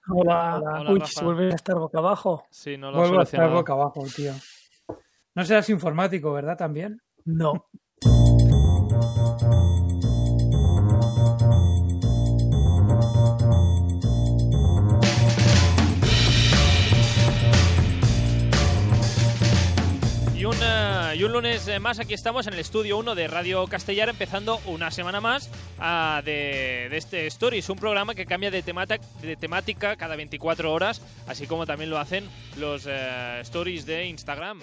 Hola. Hola, Uy, Rafa. si vuelves a estar boca abajo. Sí, no lo Vuelvo a estar solucionado. boca abajo, tío. No serás informático, ¿verdad? También. No. Y un lunes más aquí estamos en el estudio 1 de Radio Castellar, empezando una semana más de este Stories, un programa que cambia de temática cada 24 horas, así como también lo hacen los Stories de Instagram.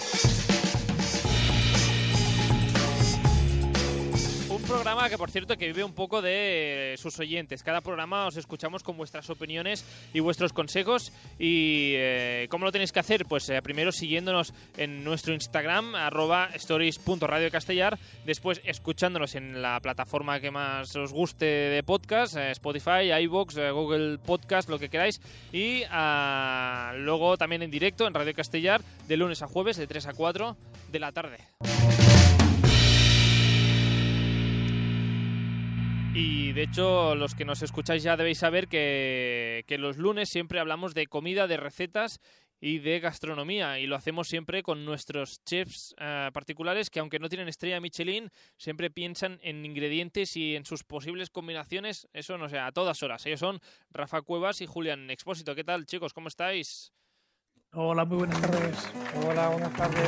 Un programa que, por cierto, que vive un poco de sus oyentes. Cada programa os escuchamos con vuestras opiniones y vuestros consejos. Y ¿cómo lo tenéis que hacer? Pues primero siguiéndonos en nuestro Instagram, @stories.radiocastellar. Después escuchándonos en la plataforma que más os guste de podcast, Spotify, iVoox, Google Podcast, lo que queráis. Y luego también en directo en Radio Castellar, de lunes a jueves, de 3 a 4 de la tarde. Y de hecho, los que nos escucháis ya debéis saber que los lunes siempre hablamos de comida, de recetas y de gastronomía. Y lo hacemos siempre con nuestros chefs particulares que, aunque no tienen estrella Michelin, siempre piensan en ingredientes y en sus posibles combinaciones. Eso, no sé, a todas horas. Ellos son Rafa Cuevas y Julián Expósito. ¿Qué tal, chicos? ¿Cómo estáis? Hola, muy buenas tardes. Hola, buenas tardes.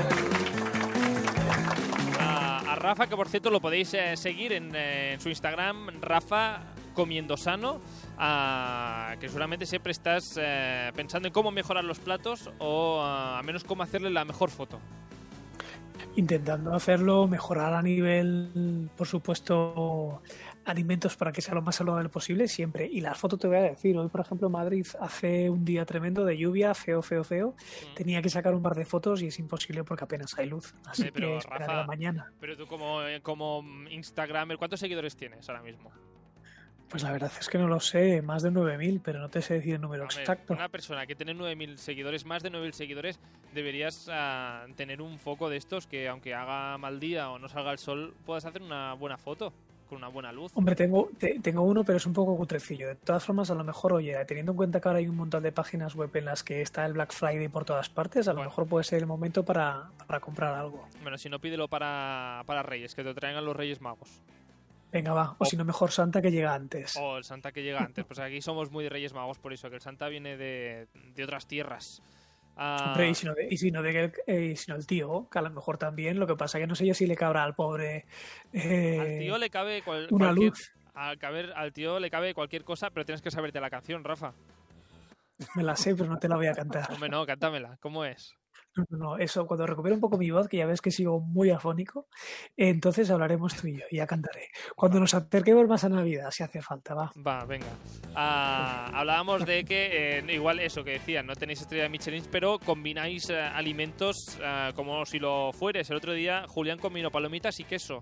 A Rafa, que por cierto lo podéis seguir en su Instagram, Rafa Comiendo Sano, que seguramente siempre estás pensando en cómo mejorar los platos o al menos cómo hacerle la mejor foto. Intentando hacerlo, mejorar a nivel, por supuesto, alimentos para que sea lo más saludable posible siempre. Y las fotos te voy a decir, hoy por ejemplo en Madrid hace un día tremendo de lluvia, feo. Tenía que sacar un par de fotos y es imposible porque apenas hay luz. Así Pero, que esperaré Rafa, a mañana. Pero tú como Instagramer, ¿cuántos seguidores tienes ahora mismo? Pues la verdad es que no lo sé, más de 9.000, pero no te sé decir el número Hombre, exacto. Una persona que tiene 9.000 seguidores, más de 9.000 seguidores, deberías tener un foco de estos que, aunque haga mal día o no salga el sol, puedas hacer una buena foto con una buena luz. Hombre, tengo uno, pero es un poco cutrecillo. De todas formas, a lo mejor, oye, teniendo en cuenta que ahora hay un montón de páginas web en las que está el Black Friday por todas partes, a lo mejor puede ser el momento para comprar algo. Bueno, si no, pídelo para Reyes, que te traigan los Reyes Magos. Venga, va. O si no, mejor Santa, que llega antes. O el Santa, que llega antes. Pues aquí somos muy de Reyes Magos, por eso, que el Santa viene de otras tierras. Hombre, y si no el tío, que a lo mejor también, lo que pasa que no sé yo si le cabrá al pobre al tío le cabe una cualquier luz. Al tío le cabe cualquier cosa, pero tienes que saberte la canción, Rafa. Me la sé, pero no te la voy a cantar. Hombre, no, cántamela. ¿Cómo es? No, eso, cuando recupere un poco mi voz, que ya ves que sigo muy afónico, entonces hablaremos tú y yo, y ya cantaré. Cuando nos acerquemos más a Navidad, si hace falta, va. Va, venga. Hablábamos de que, igual eso que decían, no tenéis estrella Michelin, pero combináis alimentos como si lo fueres. El otro día Julián combinó palomitas y queso.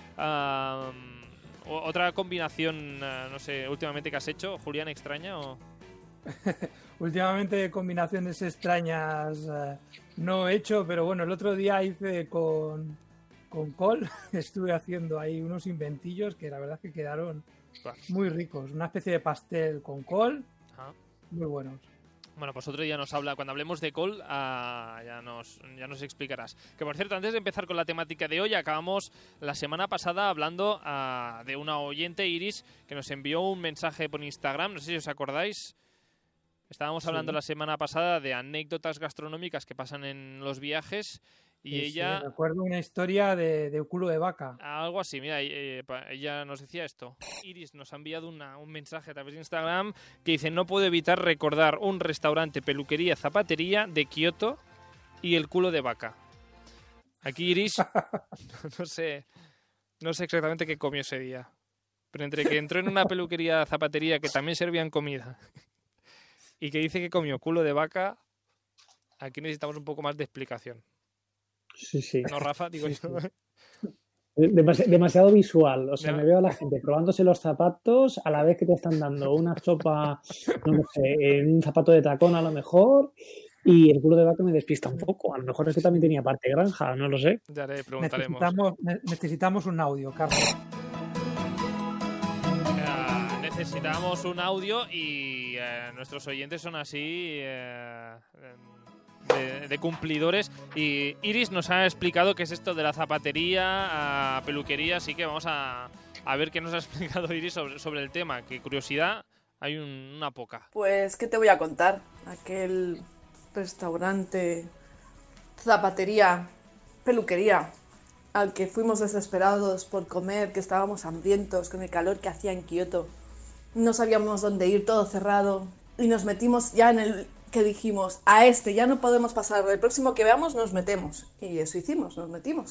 Otra combinación, no sé, últimamente que has hecho, Julián, extraña o... Últimamente combinaciones extrañas no he hecho, pero bueno, el otro día hice con col, estuve haciendo ahí unos inventillos que la verdad es que quedaron muy ricos. Una especie de pastel con col, muy buenos. Bueno, pues otro día nos habla, cuando hablemos de col, ya nos explicarás. Que por cierto, antes de empezar con la temática de hoy, acabamos la semana pasada hablando de una oyente, Iris, que nos envió un mensaje por Instagram, no sé si os acordáis. Estábamos hablando la semana pasada de anécdotas gastronómicas que pasan en los viajes y ella... Sí, recuerdo una historia de culo de vaca. Algo así, mira, ella nos decía esto. Iris nos ha enviado un mensaje a través de Instagram que dice: no puedo evitar recordar un restaurante, peluquería, zapatería de Kioto y el culo de vaca. Aquí Iris, no sé exactamente qué comió ese día, pero entre que entró en una peluquería, zapatería que también servían comida y que dice que comió culo de vaca, aquí necesitamos un poco más de explicación. Sí. ¿No, Rafa? Digo sí, yo. Sí. Demasiado visual. O sea, me veo a la gente probándose los zapatos a la vez que te están dando una sopa, no sé, un zapato de tacón a lo mejor, y el culo de vaca me despista un poco. A lo mejor es que también tenía parte granja, no lo sé. Ya le preguntaremos. Necesitamos un audio, Carlos. necesitábamos un audio y nuestros oyentes son así de cumplidores. Y Iris nos ha explicado qué es esto de la zapatería a peluquería, así que vamos a ver qué nos ha explicado Iris sobre el tema. Qué curiosidad, hay una poca. Pues, ¿qué te voy a contar? Aquel restaurante, zapatería, peluquería al que fuimos desesperados por comer, que estábamos hambrientos con el calor que hacía en Kioto. No sabíamos dónde ir, todo cerrado, y nos metimos ya en el que dijimos, a este ya no podemos pasar, el próximo que veamos nos metemos. Y eso hicimos, nos metimos.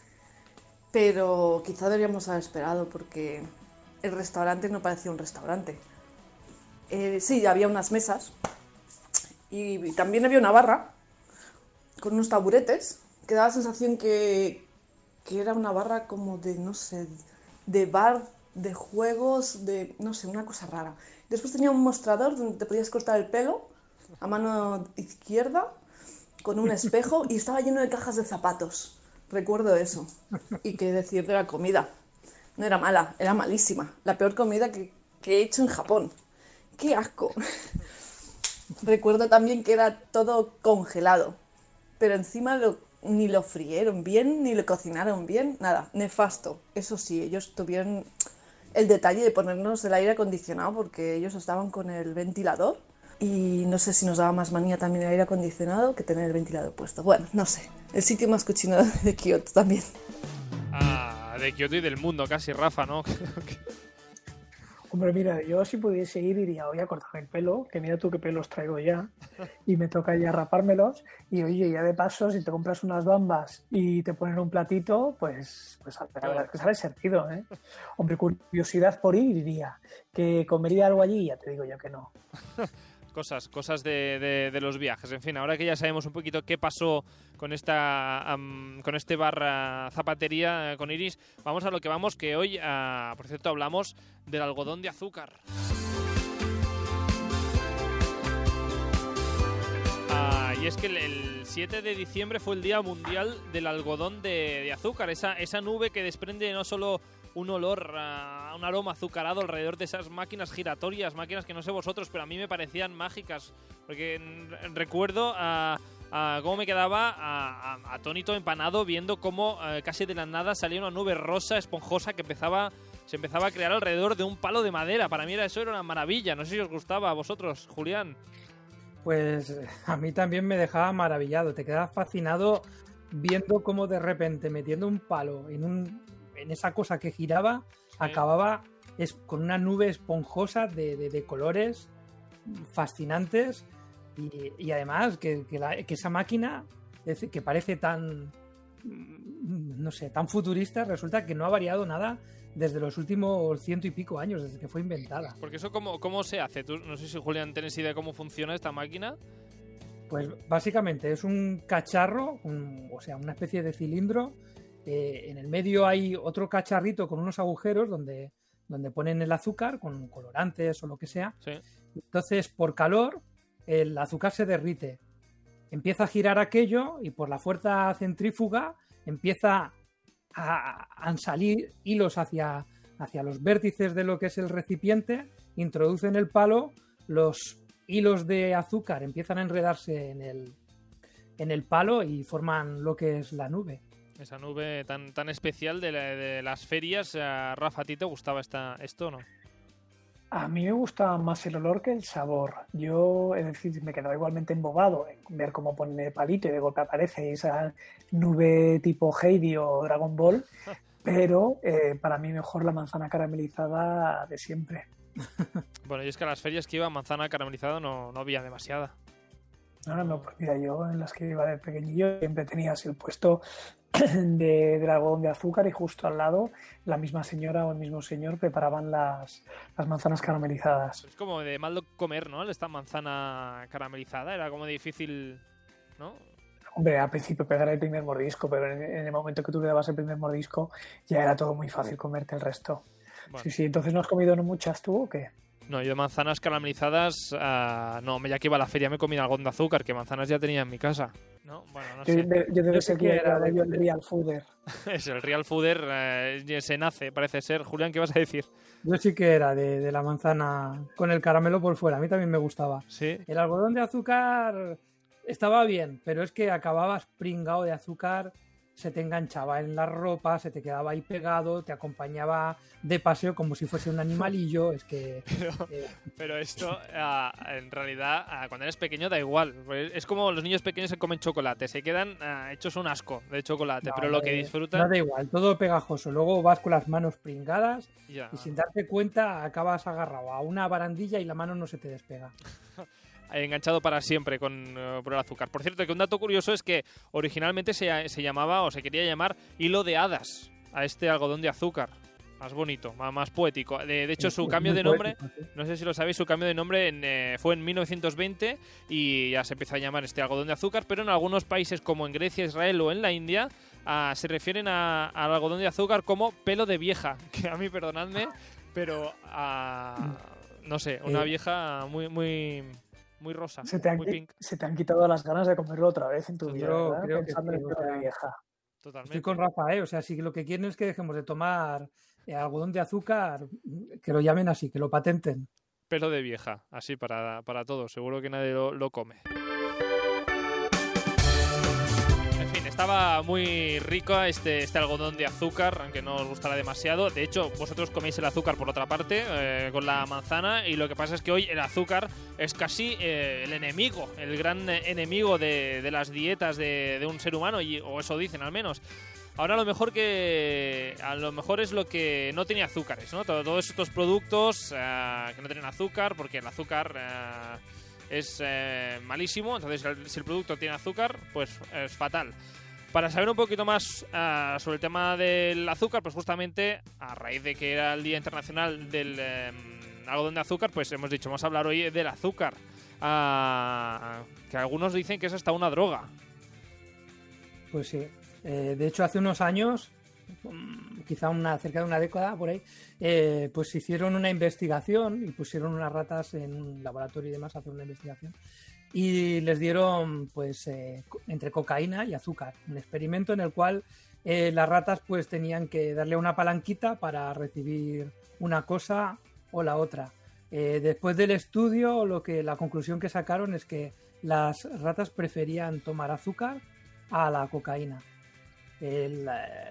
Pero quizá deberíamos haber esperado porque el restaurante no parecía un restaurante. Sí, había unas mesas y también había una barra con unos taburetes que daba la sensación que era una barra como de, no sé, de bar, de juegos, de, no sé, una cosa rara. Después tenía un mostrador donde te podías cortar el pelo a mano izquierda con un espejo y estaba lleno de cajas de zapatos. Recuerdo eso. Y qué decir de la comida. No era mala, era malísima. La peor comida que he hecho en Japón. ¡Qué asco! Recuerdo también que era todo congelado. Pero encima ni lo frieron bien, ni lo cocinaron bien. Nada, nefasto. Eso sí, ellos tuvieron el detalle de ponernos el aire acondicionado porque ellos estaban con el ventilador. Y no sé si nos daba más manía también el aire acondicionado que tener el ventilador puesto. Bueno, no sé. El sitio más cochino de Kioto también. Ah, de Kioto y del mundo casi, Rafa, ¿no? Hombre, mira, yo si pudiese ir iría hoy a cortarme el pelo, que mira tú qué pelos traigo ya, y me toca ya rapármelos, y oye, ya de paso, si te compras unas bambas y te ponen un platito, pues la verdad es que sale servido, ¿eh? Hombre, curiosidad por ir iría, que comería algo allí, ya te digo yo que no. Cosas de los viajes. En fin, ahora que ya sabemos un poquito qué pasó con con este bar zapatería con Iris, vamos a lo que vamos, que hoy, por cierto, hablamos del algodón de azúcar. Y es que el 7 de diciembre fue el Día Mundial del Algodón de Azúcar, esa nube que desprende no solo un olor, un aroma azucarado alrededor de esas máquinas giratorias, máquinas que no sé vosotros, pero a mí me parecían mágicas, porque recuerdo cómo me quedaba atónito, empanado, viendo cómo casi de la nada salía una nube rosa, esponjosa, que se empezaba a crear alrededor de un palo de madera. Para mí eso era una maravilla. No sé si os gustaba a vosotros, Julián. Pues a mí también me dejaba maravillado. Te quedabas fascinado viendo cómo de repente metiendo un palo en esa cosa que giraba, sí, acababa con una nube esponjosa de colores fascinantes y además que esa máquina que parece tan, no sé, tan futurista, resulta que no ha variado nada desde los últimos 100 y pico años, desde que fue inventada. Porque eso, ¿cómo se hace? ¿Tú, no sé si, Julián, tienes idea de cómo funciona esta máquina? Pues básicamente es un cacharro, o sea, una especie de cilindro. En el medio hay otro cacharrito con unos agujeros donde ponen el azúcar con colorantes o lo que sea. Sí. Entonces, por calor, el azúcar se derrite. Empieza a girar aquello y por la fuerza centrífuga empieza a salir hilos hacia los vértices de lo que es el recipiente, introducen el palo, los hilos de azúcar empiezan a enredarse en el palo y forman lo que es la nube. Esa nube tan especial de las ferias. Rafa, ¿a ti te gustaba esto o no? A mí me gustaba más el olor que el sabor. Yo, es decir, me quedaba igualmente embobado en ver cómo ponen el palito y de golpe aparece esa nube tipo Heidi o Dragon Ball, pero para mí mejor la manzana caramelizada de siempre. Bueno, y es que a las ferias que iba manzana caramelizada no había demasiada. No, pues mira, yo en las que iba de pequeñillo siempre tenías el puesto del algodón de azúcar y justo al lado la misma señora o el mismo señor preparaban las manzanas caramelizadas. Es como de mal comer, ¿no? Esta manzana caramelizada era como difícil, ¿no? Hombre, al principio pegar el primer mordisco, pero en el momento que tú le dabas el primer mordisco ya era todo muy fácil comerte el resto. Bueno. Sí, entonces ¿no has comido muchas tú o qué? No, yo de manzanas caramelizadas, no, ya que iba a la feria me comí algodón de azúcar, que manzanas ya tenía en mi casa. No, bueno, no sé. Yo debe ser que era el Real Fooder. Es el Real Fooder, se nace, parece ser. Julián, ¿qué vas a decir? Yo sí que era de la manzana con el caramelo por fuera, a mí también me gustaba. Sí. El algodón de azúcar estaba bien, pero es que acababas pringado de azúcar, se te enganchaba en la ropa, se te quedaba ahí pegado, te acompañaba de paseo como si fuese un animalillo. Es que pero esto, en realidad, cuando eres pequeño da igual. Es como los niños pequeños que comen chocolate, se quedan hechos un asco de chocolate, pero lo que disfrutan... No da igual, todo pegajoso. Luego vas con las manos pringadas y sin darte cuenta acabas agarrado a una barandilla y la mano no se te despega. Enganchado para siempre por el azúcar. Por cierto, que un dato curioso es que originalmente se llamaba, o se quería llamar, hilo de hadas a este algodón de azúcar. Más bonito, más poético. De hecho, su cambio de nombre, no sé si lo sabéis, su cambio de nombre fue en 1920 y ya se empezó a llamar este algodón de azúcar, pero en algunos países como en Grecia, Israel o en la India se refieren al algodón de azúcar como pelo de vieja, que a mí, perdonadme, pero no sé, una vieja muy rosa, muy pink. Se te han quitado las ganas de comerlo otra vez en tu vida, ¿verdad? Creo pensando que en el pelo de vieja. Totalmente. Estoy con Rafa, o sea, si lo que quieren es que dejemos de tomar algodón de azúcar, que lo llamen así, que lo patenten. Pelo de vieja, así para todos, seguro que nadie lo come. En fin, estaba muy rico este algodón de azúcar, aunque no os gustará demasiado. De hecho, vosotros coméis el azúcar por otra parte, con la manzana, y lo que pasa es que hoy el azúcar es casi el enemigo, el gran enemigo de las dietas de un ser humano, o eso dicen al menos. Ahora a lo mejor es lo que no tiene azúcares, ¿no? Todos estos productos que no tienen azúcar, porque el azúcar es malísimo, entonces si el producto tiene azúcar, pues es fatal. Para saber un poquito más sobre el tema del azúcar, pues justamente a raíz de que era el Día Internacional del Algodón de Azúcar, pues hemos dicho, vamos a hablar hoy del azúcar, que algunos dicen que es hasta una droga. Pues sí. De hecho, hace unos años, quizá cerca de una década por ahí, pues hicieron una investigación y pusieron unas ratas en un laboratorio y demás a hacer una investigación y les dieron pues entre cocaína y azúcar, un experimento en el cual las ratas pues tenían que darle una palanquita para recibir una cosa o la otra. Después del estudio, la conclusión que sacaron es que las ratas preferían tomar azúcar a la cocaína. El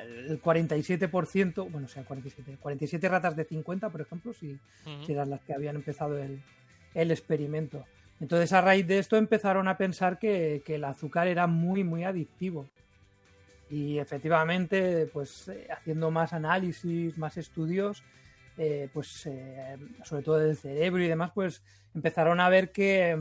47%, bueno, o sea, 47 ratas de 50, por ejemplo, si eran las que habían empezado el experimento. Entonces, a raíz de esto empezaron a pensar que el azúcar era muy, muy adictivo. Y efectivamente, pues haciendo más análisis, más estudios, sobre todo del cerebro y demás, pues empezaron a ver que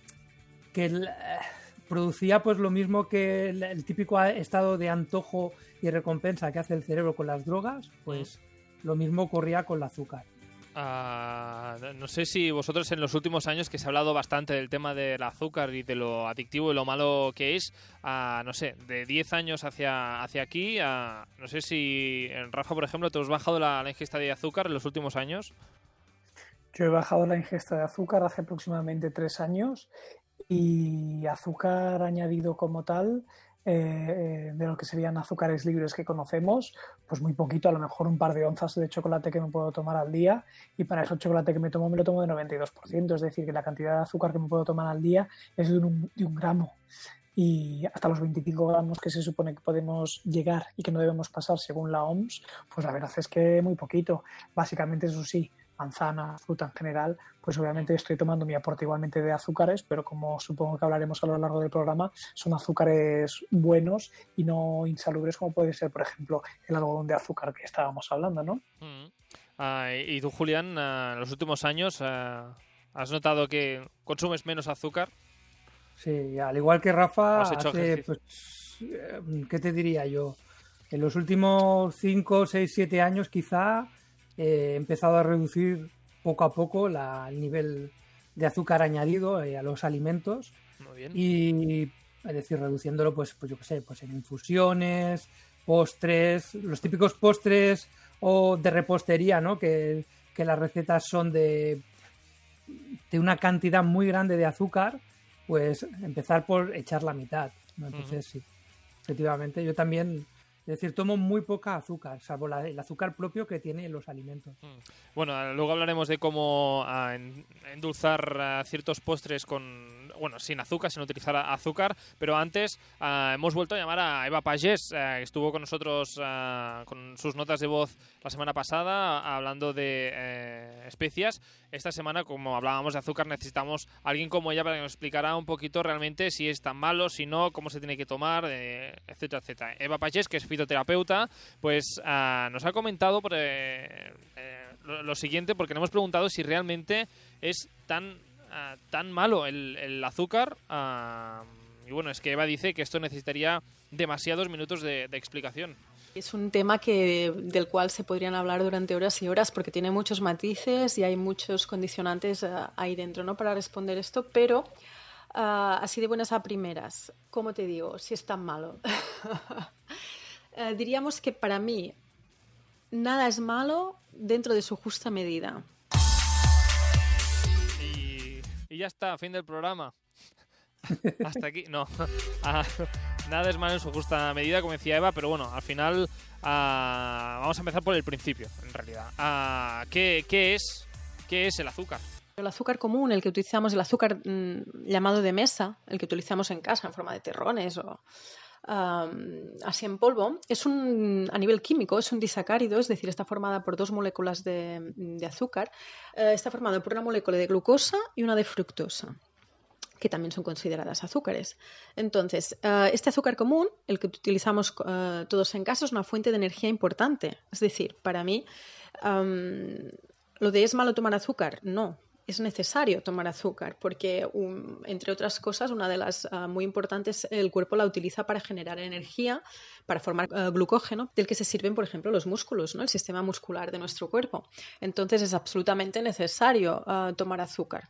producía pues lo mismo que el típico estado de antojo y recompensa que hace el cerebro con las drogas, pues lo mismo ocurría con el azúcar. No sé si vosotros en los últimos años, que se ha hablado bastante del tema del azúcar y de lo adictivo y lo malo que es, no sé, de 10 años hacia aquí, no sé si, Rafa, por ejemplo, ¿te has bajado la ingesta de azúcar en los últimos años? Yo he bajado la ingesta de azúcar hace aproximadamente 3 años y azúcar añadido como tal, de lo que serían azúcares libres que conocemos, pues muy poquito, a lo mejor un par de onzas de chocolate que me puedo tomar al día, y para eso el chocolate que me lo tomo de 92%, es decir, que la cantidad de azúcar que me puedo tomar al día es de un gramo. Y hasta los 25 gramos que se supone que podemos llegar y que no debemos pasar según la OMS, pues la verdad es que muy poquito. Básicamente, eso sí, manzana, fruta en general, pues obviamente estoy tomando mi aporte igualmente de azúcares, pero como supongo que hablaremos a lo largo del programa, son azúcares buenos y no insalubres como puede ser, por ejemplo, el algodón de azúcar que estábamos hablando, ¿no? Y tú, Julián, en los últimos años, ¿has notado que consumes menos azúcar? Sí, al igual que Rafa, pues, ¿qué te diría yo? En los últimos 5, 6, 7 años quizá he empezado a reducir poco a poco el nivel de azúcar añadido a los alimentos. Muy bien. Y es decir, reduciéndolo pues yo qué sé, pues en infusiones, postres, los típicos postres o de repostería, ¿no? Que las recetas son de de una cantidad muy grande de azúcar, pues empezar por echar la mitad, ¿no? Entonces, sí, efectivamente, yo también, es decir, tomo muy poca azúcar, salvo el azúcar propio que tienen los alimentos. Bueno, luego hablaremos de cómo endulzar ciertos postres sin azúcar, sin utilizar azúcar, pero antes hemos vuelto a llamar a Eva Pagés, que estuvo con nosotros con sus notas de voz la semana pasada, hablando de especias. Esta semana, como hablábamos de azúcar, necesitamos a alguien como ella para que nos explicara un poquito realmente si es tan malo, si no, cómo se tiene que tomar, etcétera, etcétera. Eva Pagés, que es fitoterapeuta, pues nos ha comentado lo siguiente, porque le hemos preguntado si realmente es tan malo el azúcar. Y bueno, es que Eva dice que esto necesitaría demasiados minutos de explicación. Es un tema del cual se podrían hablar durante horas y horas porque tiene muchos matices y hay muchos condicionantes ahí dentro, ¿no?, para responder esto, pero así de buenas a primeras, ¿cómo te digo? Si es tan malo. Diríamos que para mí nada es malo dentro de su justa medida. Y ya está, fin del programa. Hasta aquí, no. Nada es malo en su justa medida, como decía Eva, pero bueno, al final vamos a empezar por el principio, en realidad. ¿Qué es el azúcar? El azúcar común, el que utilizamos, el azúcar llamado de mesa, el que utilizamos en casa en forma de terrones o así en polvo, a nivel químico es un disacárido, es decir, está formada por dos moléculas de azúcar. Está formado por una molécula de glucosa y una de fructosa, que también son consideradas azúcares. Entonces, este azúcar común, el que utilizamos todos en casa, es una fuente de energía importante. Es decir, para mí, lo de es malo tomar azúcar, no. Es necesario tomar azúcar porque, entre otras cosas, una de las muy importantes, el cuerpo la utiliza para generar energía, para formar glucógeno, del que se sirven, por ejemplo, los músculos, ¿no?, el sistema muscular de nuestro cuerpo. Entonces, es absolutamente necesario tomar azúcar.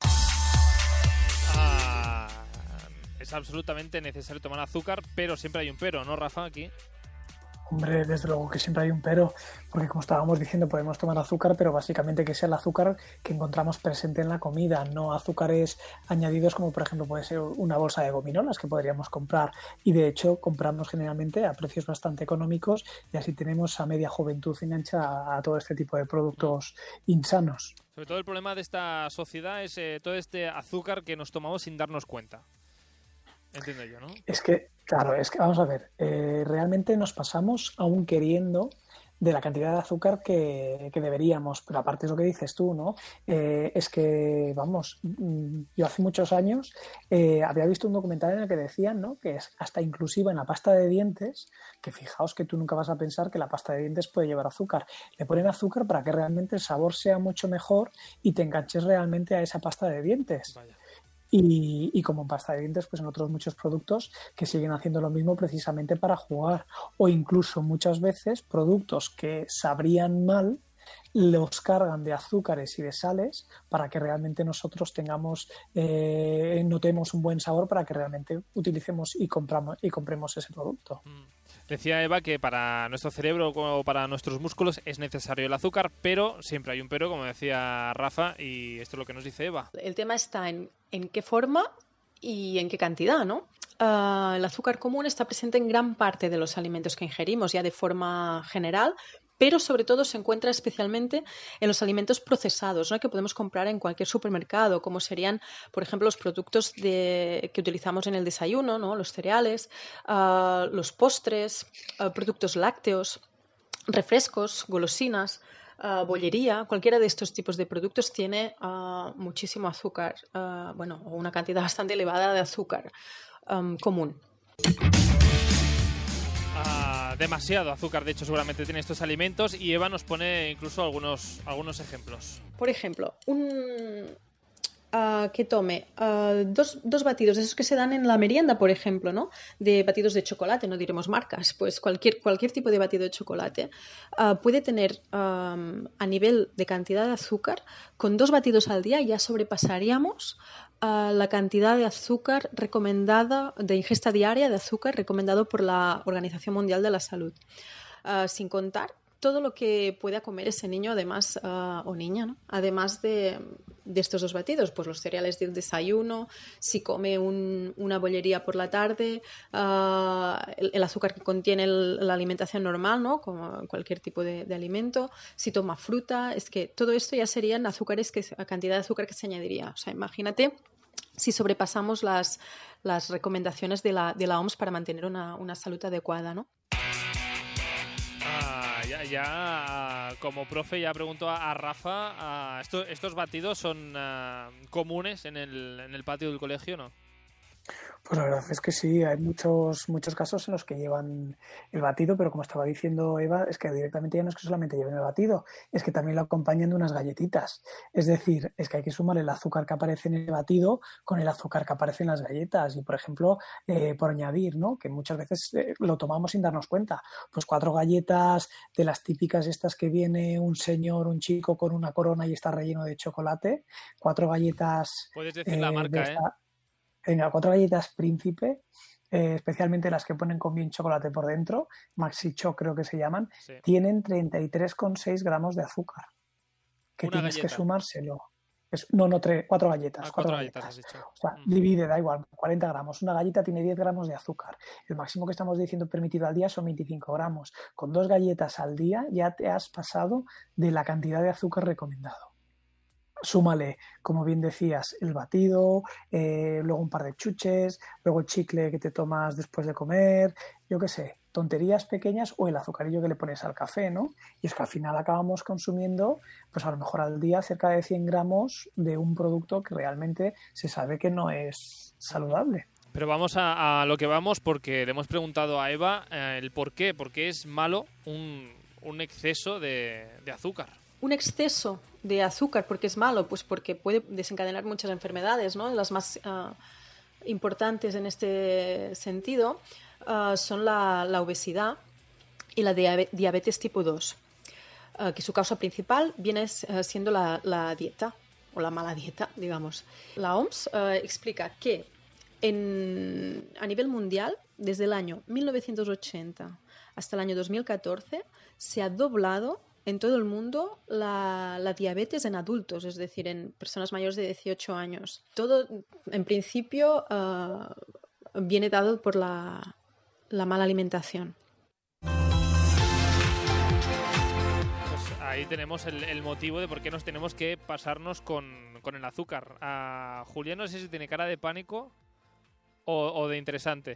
Es absolutamente necesario tomar azúcar, pero siempre hay un pero, ¿no, Rafa, aquí? Hombre, desde luego que siempre hay un pero, porque como estábamos diciendo, podemos tomar azúcar, pero básicamente que sea el azúcar que encontramos presente en la comida, no azúcares añadidos como por ejemplo puede ser una bolsa de gominolas que podríamos comprar, y de hecho compramos generalmente a precios bastante económicos y así tenemos a media juventud engancha a todo este tipo de productos insanos. Sobre todo el problema de esta sociedad es todo este azúcar que nos tomamos sin darnos cuenta. Entiendo yo, ¿no? Es que, claro, vamos a ver, realmente nos pasamos aún queriendo de la cantidad de azúcar que deberíamos, pero aparte es lo que dices tú, ¿no? Es que, vamos, yo hace muchos años había visto un documental en el que decían, ¿no?, que es hasta inclusiva en la pasta de dientes, que fijaos que tú nunca vas a pensar que la pasta de dientes puede llevar azúcar. Le ponen azúcar para que realmente el sabor sea mucho mejor y te enganches realmente a esa pasta de dientes. Vaya. Y como en pasta de dientes, pues en otros muchos productos que siguen haciendo lo mismo precisamente para jugar, o incluso muchas veces productos que sabrían mal los cargan de azúcares y de sales para que realmente nosotros notemos un buen sabor, para que realmente utilicemos y compremos ese producto. Decía Eva que para nuestro cerebro o para nuestros músculos es necesario el azúcar, pero siempre hay un pero, como decía Rafa, y esto es lo que nos dice Eva. El tema está en qué forma y en qué cantidad, ¿no? El azúcar común está presente en gran parte de los alimentos que ingerimos, ya de forma general, pero sobre todo se encuentra especialmente en los alimentos procesados, ¿no?, que podemos comprar en cualquier supermercado, como serían, por ejemplo, los productos que utilizamos en el desayuno, ¿no?, los cereales, los postres, productos lácteos, refrescos, golosinas, bollería. Cualquiera de estos tipos de productos tiene muchísimo azúcar, o una cantidad bastante elevada de azúcar común. Demasiado azúcar, de hecho, seguramente tiene estos alimentos, y Eva nos pone incluso algunos ejemplos. Por ejemplo, que tome dos batidos, esos que se dan en la merienda, por ejemplo, ¿no?, de batidos de chocolate, no diremos marcas, pues cualquier tipo de batido de chocolate puede tener a nivel de cantidad de azúcar, con 2 batidos al día ya sobrepasaríamos la cantidad de azúcar recomendada, de ingesta diaria de azúcar recomendado por la Organización Mundial de la Salud. Sin contar todo lo que pueda comer ese niño, además, o niña, ¿no? Además de estos dos batidos, pues los cereales del desayuno, si come una bollería por la tarde, el azúcar que contiene la alimentación normal, ¿no? Como cualquier tipo de alimento, si toma fruta, es que todo esto ya serían azúcares, cantidad de azúcar que se añadiría. O sea, imagínate si sobrepasamos las recomendaciones de la OMS para mantener una salud adecuada, ¿no? Ya como profe ya pregunto a Rafa, ¿estos batidos son comunes en el patio del colegio, no? Pues la verdad es que sí, hay muchos casos en los que llevan el batido, pero como estaba diciendo Eva, es que directamente ya no es que solamente lleven el batido, es que también lo acompañan de unas galletitas. Es decir, es que hay que sumar el azúcar que aparece en el batido con el azúcar que aparece en las galletas. Y, por ejemplo, por añadir, ¿no? Que muchas veces lo tomamos sin darnos cuenta, pues 4 galletas de las típicas estas que viene un chico con una corona y está relleno de chocolate, 4 galletas... Puedes decir la marca, Venga, 4 galletas Príncipe, especialmente las que ponen con bien chocolate por dentro, Maxi Choc creo que se llaman, sí. Tienen 33,6 gramos de azúcar. Que ¿Una tienes galleta? Que sumárselo. 4 galletas. 4 galletas has dicho. O sea, divide, da igual, 40 gramos. Una galleta tiene 10 gramos de azúcar. El máximo que estamos diciendo permitido al día son 25 gramos. Con 2 galletas al día ya te has pasado de la cantidad de azúcar recomendado. Súmale, como bien decías, el batido, luego un par de chuches, luego el chicle que te tomas después de comer, yo qué sé, tonterías pequeñas o el azucarillo que le pones al café, ¿no? Y es que al final acabamos consumiendo, pues a lo mejor al día, cerca de 100 gramos de un producto que realmente se sabe que no es saludable. Pero vamos a lo que vamos, porque le hemos preguntado a Eva el por qué. ¿Por qué es malo un exceso de azúcar? Un exceso de azúcar, ¿por qué es malo? Pues porque puede desencadenar muchas enfermedades, ¿no? Las más importantes en este sentido son la obesidad y la diabetes tipo 2, que su causa principal viene siendo la dieta, o la mala dieta, digamos. La OMS explica que a nivel mundial, desde el año 1980 hasta el año 2014, se ha doblado en todo el mundo la diabetes en adultos, es decir, en personas mayores de 18 años. Todo, en principio, viene dado por la mala alimentación. Pues ahí tenemos el motivo de por qué nos tenemos que pasarnos con el azúcar. Julián, no sé si tiene cara de pánico o de interesante.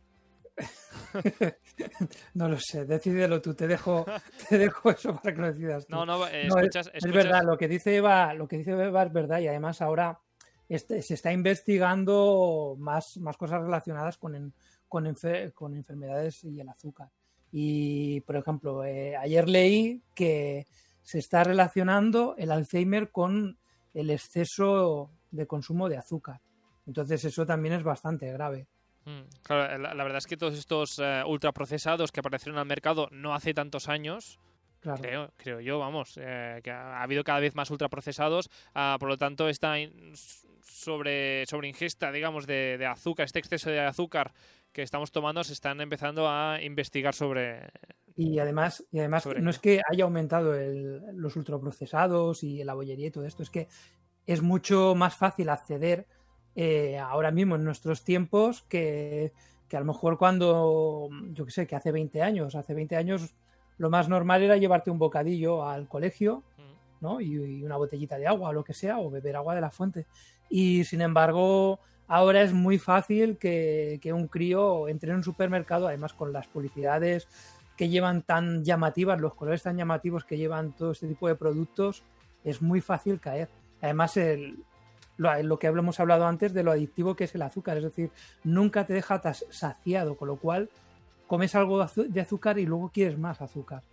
No lo sé, decídelo tú, te dejo eso para que lo decidas tú. Escuchas. Es verdad, lo que dice Eva es verdad, y además ahora se está investigando más cosas relacionadas con enfermedades y el azúcar. Y, por ejemplo, ayer leí que se está relacionando el Alzheimer con el exceso de consumo de azúcar. Entonces eso también es bastante grave. Claro, la verdad es que todos estos ultraprocesados que aparecieron al mercado no hace tantos años, claro. creo yo, vamos, que ha habido cada vez más ultraprocesados, por lo tanto esta sobre ingesta, digamos, de azúcar, este exceso de azúcar que estamos tomando, se están empezando a investigar sobre... Y además no es que haya aumentado los ultraprocesados y la bollería y todo esto, es que es mucho más fácil acceder ahora mismo en nuestros tiempos que a lo mejor cuando, yo qué sé, que hace 20 años lo más normal era llevarte un bocadillo al colegio, ¿no? Y una botellita de agua o lo que sea, o beber agua de la fuente. Y sin embargo, ahora es muy fácil que un crío entre en un supermercado, además con las publicidades que llevan tan llamativas, los colores tan llamativos que llevan todo este tipo de productos, es muy fácil caer. Además, lo que hemos hablado antes de lo adictivo que es el azúcar, es decir, nunca te deja saciado, con lo cual comes algo de azúcar y luego quieres más azúcar.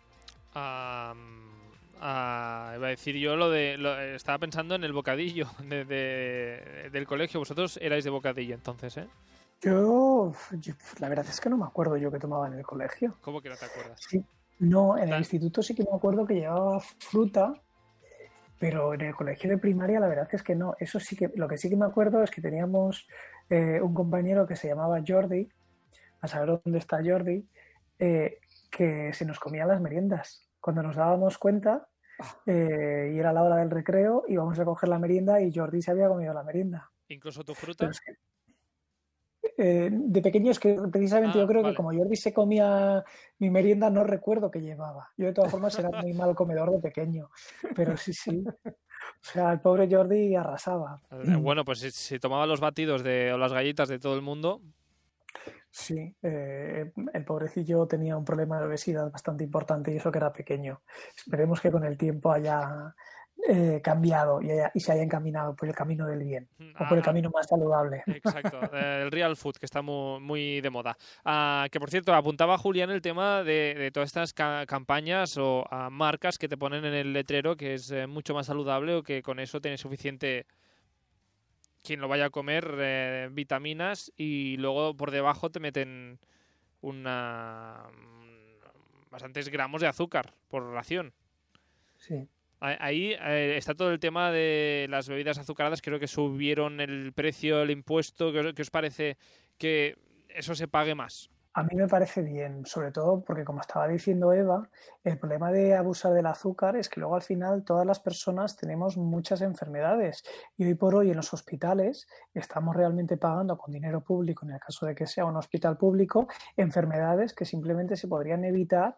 Iba a decir yo estaba pensando en el bocadillo del colegio. Vosotros erais de bocadillo entonces, ¿eh? Yo la verdad es que no me acuerdo yo que tomaba en el colegio. ¿Cómo que no te acuerdas? Sí, no, en el instituto sí que me acuerdo que llevaba fruta. Pero en el colegio de primaria la verdad es que no. Eso sí que, lo que sí que me acuerdo es que teníamos un compañero que se llamaba Jordi, a saber dónde está Jordi, que se nos comían las meriendas. Cuando nos dábamos cuenta y era la hora del recreo, íbamos a coger la merienda y Jordi se había comido la merienda. ¿Incluso tu fruta? De pequeño es que precisamente yo creo vale. que como Jordi se comía mi merienda, no recuerdo qué llevaba. Yo de todas formas era muy mal comedor de pequeño, pero sí. O sea, el pobre Jordi arrasaba. Bueno, pues si tomaba los batidos o las galletas de todo el mundo... Sí, el pobrecillo tenía un problema de obesidad bastante importante y eso que era pequeño. Esperemos que con el tiempo haya cambiado y se haya encaminado por el camino del bien o por el camino más saludable. Exacto, el real food, que está muy de moda. Que por cierto, apuntaba Julián el tema de todas estas campañas o marcas que te ponen en el letrero que es mucho más saludable o que con eso tienes suficiente... quien lo vaya a comer, vitaminas, y luego por debajo te meten bastantes gramos de azúcar por ración. Sí. Ahí está todo el tema de las bebidas azucaradas. Creo que subieron el precio, el impuesto. ¿Qué os parece que eso se pague más? A mí me parece bien, sobre todo porque, como estaba diciendo Eva, el problema de abusar del azúcar es que luego al final todas las personas tenemos muchas enfermedades y hoy por hoy en los hospitales estamos realmente pagando con dinero público, en el caso de que sea un hospital público, enfermedades que simplemente se podrían evitar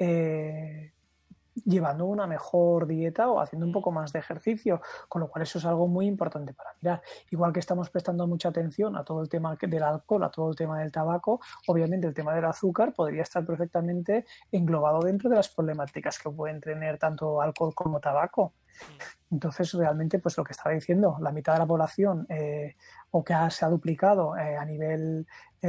llevando una mejor dieta o haciendo un poco más de ejercicio, con lo cual eso es algo muy importante para mirar. Igual que estamos prestando mucha atención a todo el tema del alcohol, a todo el tema del tabaco, obviamente el tema del azúcar podría estar perfectamente englobado dentro de las problemáticas que pueden tener tanto alcohol como tabaco. Entonces, realmente, pues lo que estaba diciendo, la mitad de la población o que se ha duplicado a nivel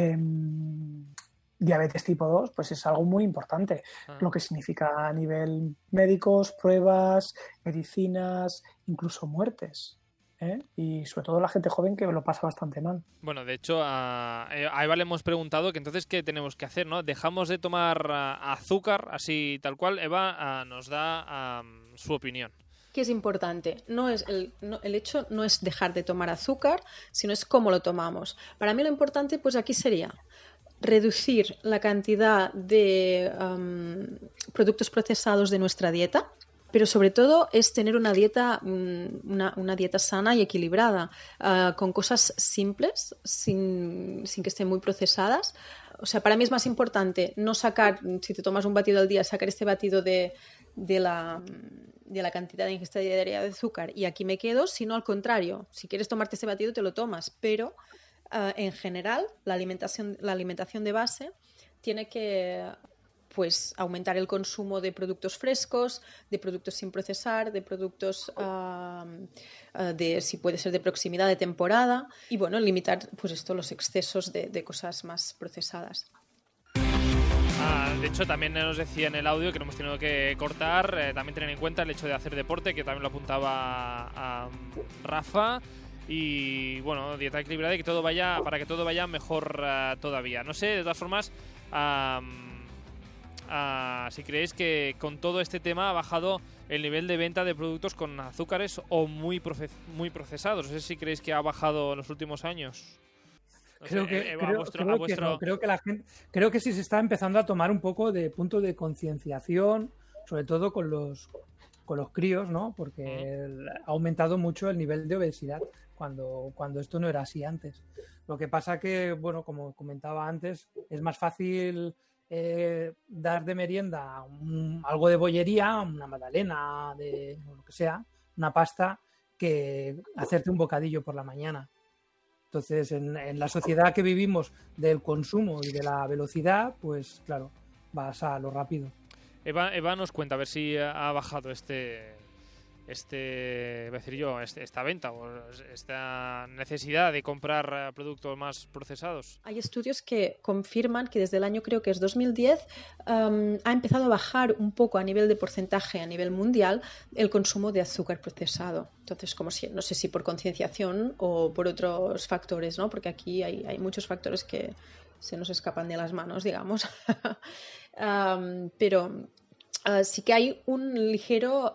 diabetes tipo 2, pues es algo muy importante, lo que significa a nivel médicos, pruebas, medicinas, incluso muertes, y sobre todo la gente joven que lo pasa bastante mal. Bueno, de hecho, a Eva le hemos preguntado que entonces qué tenemos que hacer, ¿no? ¿Dejamos de tomar azúcar así tal cual? Eva nos da su opinión. Que es importante, el hecho no es dejar de tomar azúcar, sino es cómo lo tomamos. Para mí lo importante, pues aquí sería reducir la cantidad de productos procesados de nuestra dieta, pero sobre todo es tener una dieta sana y equilibrada, con cosas simples, sin que estén muy procesadas. O sea, para mí es más importante no sacar, si te tomas un batido al día, sacar este batido de la cantidad de ingesta diaria de azúcar y aquí me quedo, sino al contrario, si quieres tomarte ese batido te lo tomas, pero en general la alimentación de base tiene que pues aumentar el consumo de productos frescos, de productos sin procesar, de productos si puede ser de proximidad, de temporada, y bueno, limitar pues los excesos de cosas más procesadas. De hecho, también nos decía en el audio que no hemos tenido que cortar, también tener en cuenta el hecho de hacer deporte, que también lo apuntaba a Rafa. Y bueno, dieta equilibrada y para que todo vaya mejor todavía. No sé, de todas formas, si creéis que con todo este tema ha bajado el nivel de venta de productos con azúcares o muy procesados. No sé si creéis que ha bajado en los últimos años. Creo que sí se está empezando a tomar un poco de punto de concienciación, sobre todo con los críos, ¿no? Porque ha aumentado mucho el nivel de obesidad cuando esto no era así antes. Lo que pasa que, bueno, como comentaba antes, es más fácil dar de merienda algo de bollería, una magdalena, o lo que sea, una pasta, que hacerte un bocadillo por la mañana. Entonces, en la sociedad que vivimos del consumo y de la velocidad, pues claro, vas a lo rápido. Eva nos cuenta a ver si ha bajado esta venta o esta necesidad de comprar productos más procesados. Hay estudios que confirman que desde el año, creo que es 2010, ha empezado a bajar un poco a nivel de porcentaje a nivel mundial el consumo de azúcar procesado. Entonces, no sé si por concienciación o por otros factores, ¿no? Porque aquí hay muchos factores que se nos escapan de las manos, digamos. Pero sí que hay un ligero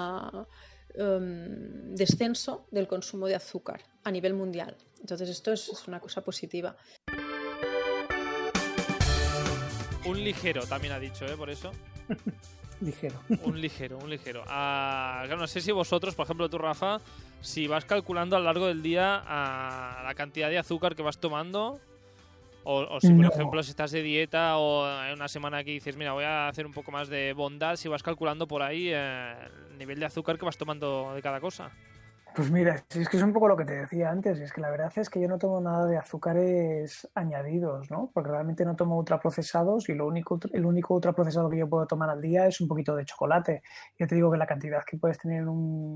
descenso del consumo de azúcar a nivel mundial. Entonces esto es una cosa positiva. Un ligero, también ha dicho, por eso. Ligero. Un ligero. Claro, no sé si vosotros, por ejemplo tú, Rafa, si vas calculando a lo largo del día la cantidad de azúcar que vas tomando, o si, por ejemplo, si estás de dieta o en una semana que dices, mira, voy a hacer un poco más de bondad, si vas calculando por ahí el nivel de azúcar que vas tomando de cada cosa. Pues mira, si es que es un poco lo que te decía antes, es que la verdad es que yo no tomo nada de azúcares añadidos, ¿no? Porque realmente no tomo ultraprocesados y el único ultraprocesado que yo puedo tomar al día es un poquito de chocolate. Ya te digo que la cantidad que puedes tener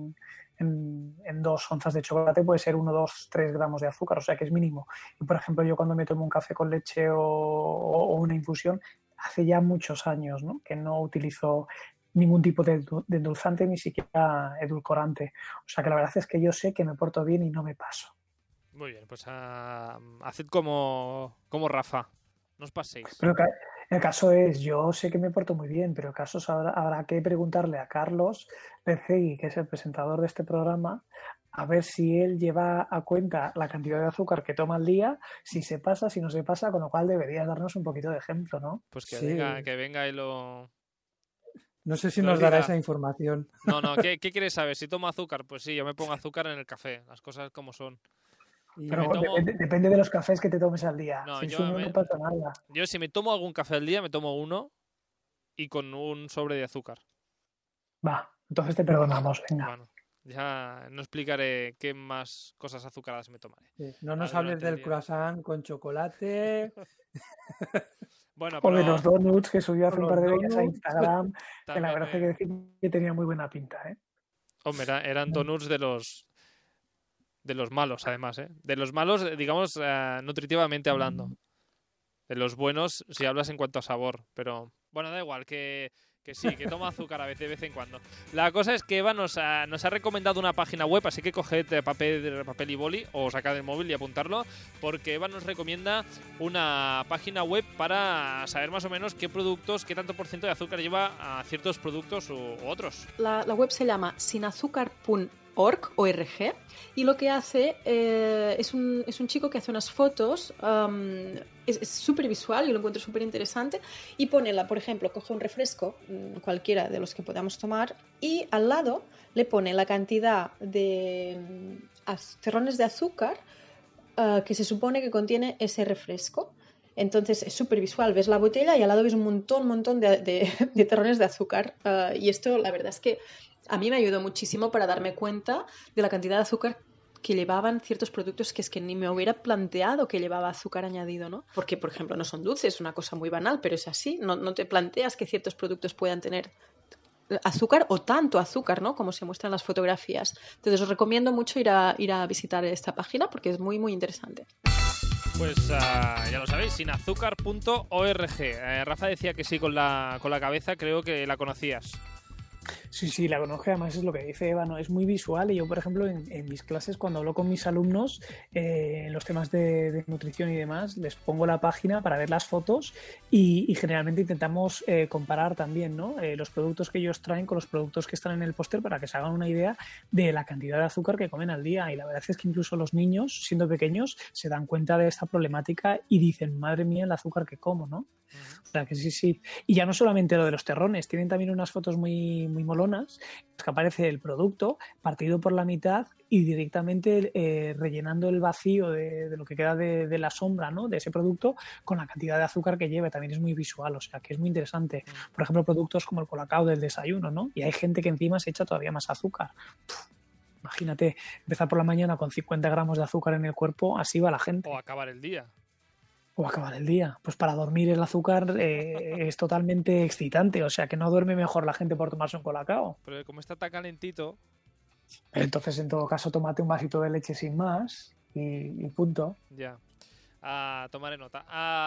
en 2 onzas de chocolate puede ser 1, 2, 3 gramos de azúcar, o sea que es mínimo. Y por ejemplo, yo cuando me tomo un café con leche o una infusión, hace ya muchos años, ¿no? Que no utilizo ningún tipo de endulzante, ni siquiera edulcorante. O sea que la verdad es que yo sé que me porto bien y no me paso. Muy bien, pues haced como Rafa, no os paséis. Pero el caso es, yo sé que me porto muy bien, pero el caso es habrá que preguntarle a Carlos Lecegui, que es el presentador de este programa, a ver si él lleva a cuenta la cantidad de azúcar que toma al día, si se pasa, si no se pasa, con lo cual debería darnos un poquito de ejemplo, ¿no? Pues que venga y lo... No sé si nos dará esa información. No, ¿qué quieres saber? Si tomo azúcar, pues sí, yo me pongo azúcar en el café, las cosas como son. Pero depende de los cafés que te tomes al día. No, no pasa nada. Yo si me tomo algún café al día, me tomo uno y con un sobre de azúcar. Va, entonces te perdonamos, venga. Bueno, ya no explicaré qué más cosas azucaradas me tomaré. Sí, no nos hables del croissant con chocolate... Bueno, pero... O de los donuts que subió hace un par de días a Instagram, que la verdad es que decir que tenía muy buena pinta, ¿eh? Hombre, eran donuts de los malos, además, ¿eh? De los malos, digamos, nutritivamente hablando. De los buenos, si hablas en cuanto a sabor. Pero, bueno, da igual, que sí, que toma azúcar de vez en cuando. La cosa es que Eva nos ha recomendado una página web, así que coged papel y boli o sacad el móvil y apuntarlo, porque Eva nos recomienda una página web para saber más o menos qué tanto por ciento de azúcar lleva a ciertos productos u otros. La web se llama sinazúcar.org y lo que hace es un chico que hace unas fotos, es súper visual, yo lo encuentro súper interesante, y pone, por ejemplo, coge un refresco, cualquiera de los que podamos tomar, y al lado le pone la cantidad de terrones de azúcar que se supone que contiene ese refresco. Entonces es súper visual, ves la botella y al lado ves un montón de terrones de azúcar, y esto la verdad es que a mí me ayudó muchísimo para darme cuenta de la cantidad de azúcar que llevaban ciertos productos que es que ni me hubiera planteado que llevaba azúcar añadido, ¿no? Porque, por ejemplo, no son dulces, es una cosa muy banal, pero es así. No te planteas que ciertos productos puedan tener azúcar o tanto azúcar, ¿no? Como se muestra en las fotografías. Entonces os recomiendo mucho ir a visitar esta página porque es muy, muy interesante. Pues ya lo sabéis, sinazúcar.org. Rafa decía que sí con la cabeza, creo que la conocías. Sí, la conozco, además es lo que dice Eva, ¿no? Es muy visual y yo, por ejemplo, en mis clases, cuando hablo con mis alumnos en los temas de nutrición y demás, les pongo la página para ver las fotos y generalmente intentamos comparar también, ¿no? Los productos que ellos traen con los productos que están en el póster para que se hagan una idea de la cantidad de azúcar que comen al día, y la verdad es que incluso los niños, siendo pequeños, se dan cuenta de esta problemática y dicen, madre mía, el azúcar que como, ¿no? O sea que sí. Y ya no solamente lo de los terrones, tienen también unas fotos muy, muy molonas, es que aparece el producto partido por la mitad y directamente rellenando el vacío de lo que queda de la sombra, ¿no? De ese producto con la cantidad de azúcar que lleva. También es muy visual, o sea que es muy interesante. Por ejemplo, productos como el Colacao del desayuno, ¿no? Y hay gente que encima se echa todavía más azúcar. Imagínate, empezar por la mañana con 50 gramos de azúcar en el cuerpo, así va la gente. O acabar el día. Pues para dormir el azúcar es totalmente excitante, o sea que no duerme mejor la gente por tomarse un Colacao. Pero como está tan calentito... Entonces, en todo caso, tómate un vasito de leche sin más y punto. Ya. Tomaré nota.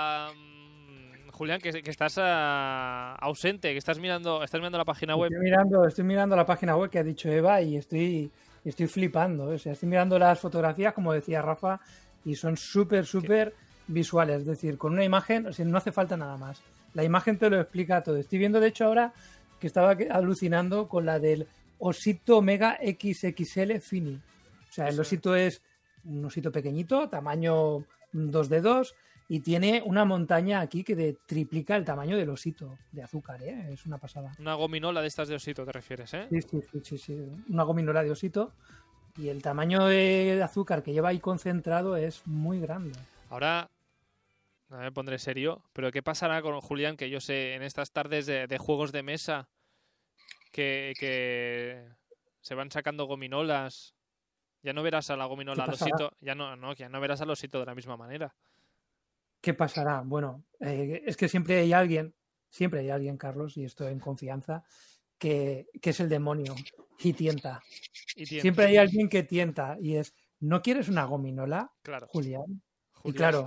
Julián, que estás ausente, que estás mirando la página web. Estoy mirando la página web que ha dicho Eva y estoy flipando. O sea, estoy mirando las fotografías, como decía Rafa, y son súper visuales, es decir, con una imagen, o sea, no hace falta nada más. La imagen te lo explica todo. Estoy viendo, de hecho, ahora que estaba alucinando con la del osito Mega XXL Fini. O sea, el osito es un osito pequeñito, tamaño 2 dedos, y tiene una montaña aquí que triplica el tamaño del osito de azúcar, ¿eh? Es una pasada. Una gominola de estas de osito, ¿te refieres, eh? Sí. Una gominola de osito. Y el tamaño de azúcar que lleva ahí concentrado es muy grande. Ahora, no me pondré serio, pero ¿qué pasará con Julián, que yo sé, en estas tardes de juegos de mesa, que se van sacando gominolas? Ya no verás a la gominola al osito, ya no verás al osito de la misma manera. ¿Qué pasará? Bueno, es que siempre hay alguien, Carlos, y esto en confianza, que es el demonio y tienta. Siempre hay alguien que tienta y es, ¿no quieres una gominola, claro. Julián? Y claro,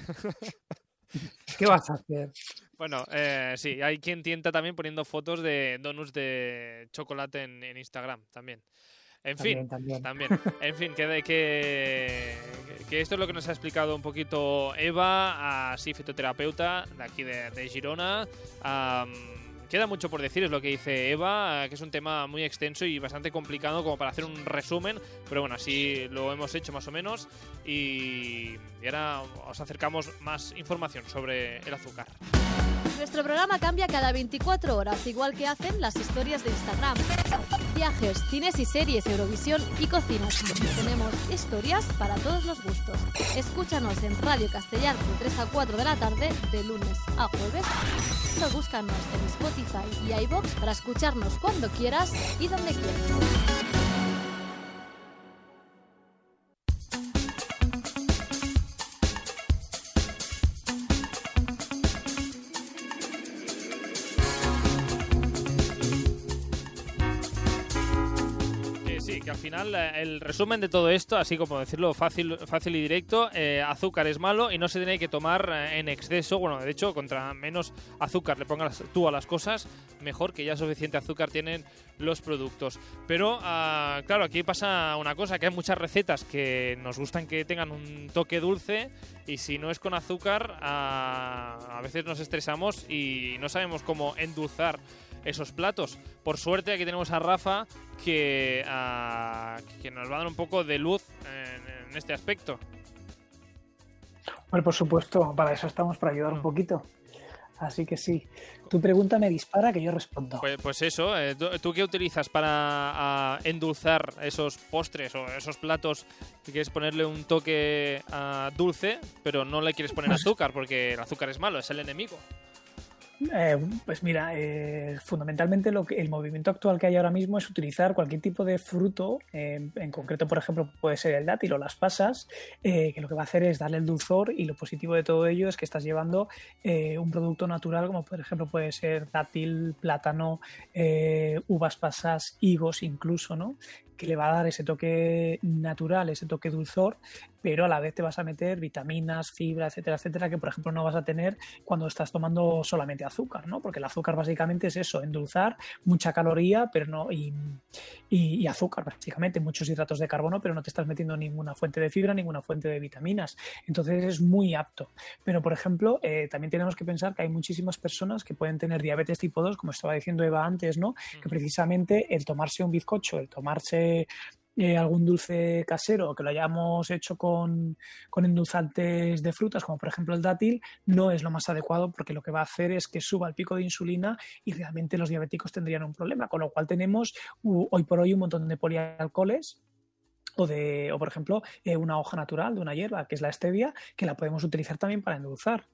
¿qué vas a hacer? Bueno, sí, hay quien tienta también poniendo fotos de donuts de chocolate en Instagram también. En fin, también. En fin, que esto es lo que nos ha explicado un poquito Eva, así fitoterapeuta de aquí de Girona. Queda mucho por decir, es lo que dice Eva, que es un tema muy extenso y bastante complicado como para hacer un resumen, pero bueno, así lo hemos hecho más o menos y ahora os acercamos más información sobre el azúcar. Nuestro programa cambia cada 24 horas, igual que hacen las historias de Instagram. Viajes, cines y series, Eurovisión y cocinas. Tenemos historias para todos los gustos. Escúchanos en Radio Castellar de 3 a 4 de la tarde, de lunes a jueves. Búscanos en Spotify y iVoox para escucharnos cuando quieras y donde quieras. Que al final el resumen de todo esto, así como decirlo fácil y directo, azúcar es malo y no se tiene que tomar en exceso. Bueno, de hecho, contra menos azúcar le pongas tú a las cosas, mejor, que ya suficiente azúcar tienen los productos. Pero, claro, aquí pasa una cosa, que hay muchas recetas que nos gustan que tengan un toque dulce y si no es con azúcar, a veces nos estresamos y no sabemos cómo endulzar esos platos. Por suerte aquí tenemos a Rafa que nos va a dar un poco de luz en este aspecto. Bueno, por supuesto, para eso estamos, para ayudar un poquito. Así que sí, tu pregunta me dispara que yo respondo. Pues eso, ¿tú qué utilizas para endulzar esos postres o esos platos que quieres ponerle un toque dulce, pero no le quieres poner azúcar porque el azúcar es malo, es el enemigo? Pues mira, fundamentalmente el movimiento actual que hay ahora mismo es utilizar cualquier tipo de fruto, en concreto, por ejemplo, puede ser el dátil o las pasas, que lo que va a hacer es darle el dulzor, y lo positivo de todo ello es que estás llevando un producto natural, como por ejemplo puede ser dátil, plátano, uvas pasas, higos incluso, ¿no? Que le va a dar ese toque natural, ese toque dulzor, pero a la vez te vas a meter vitaminas, fibra, etcétera, etcétera, que por ejemplo no vas a tener cuando estás tomando solamente azúcar, ¿no? Porque el azúcar básicamente es eso, endulzar, mucha caloría, pero no y azúcar, básicamente, muchos hidratos de carbono, pero no te estás metiendo ninguna fuente de fibra, ninguna fuente de vitaminas. Entonces es muy apto. Pero, por ejemplo, también tenemos que pensar que hay muchísimas personas que pueden tener diabetes tipo 2, como estaba diciendo Eva antes, ¿no? Que precisamente el tomarse un bizcocho, el tomarse algún dulce casero que lo hayamos hecho con endulzantes de frutas, como por ejemplo el dátil, no es lo más adecuado, porque lo que va a hacer es que suba el pico de insulina y realmente los diabéticos tendrían un problema, con lo cual tenemos hoy por hoy un montón de polialcoholes o por ejemplo una hoja natural de una hierba que es la stevia, que la podemos utilizar también para endulzar.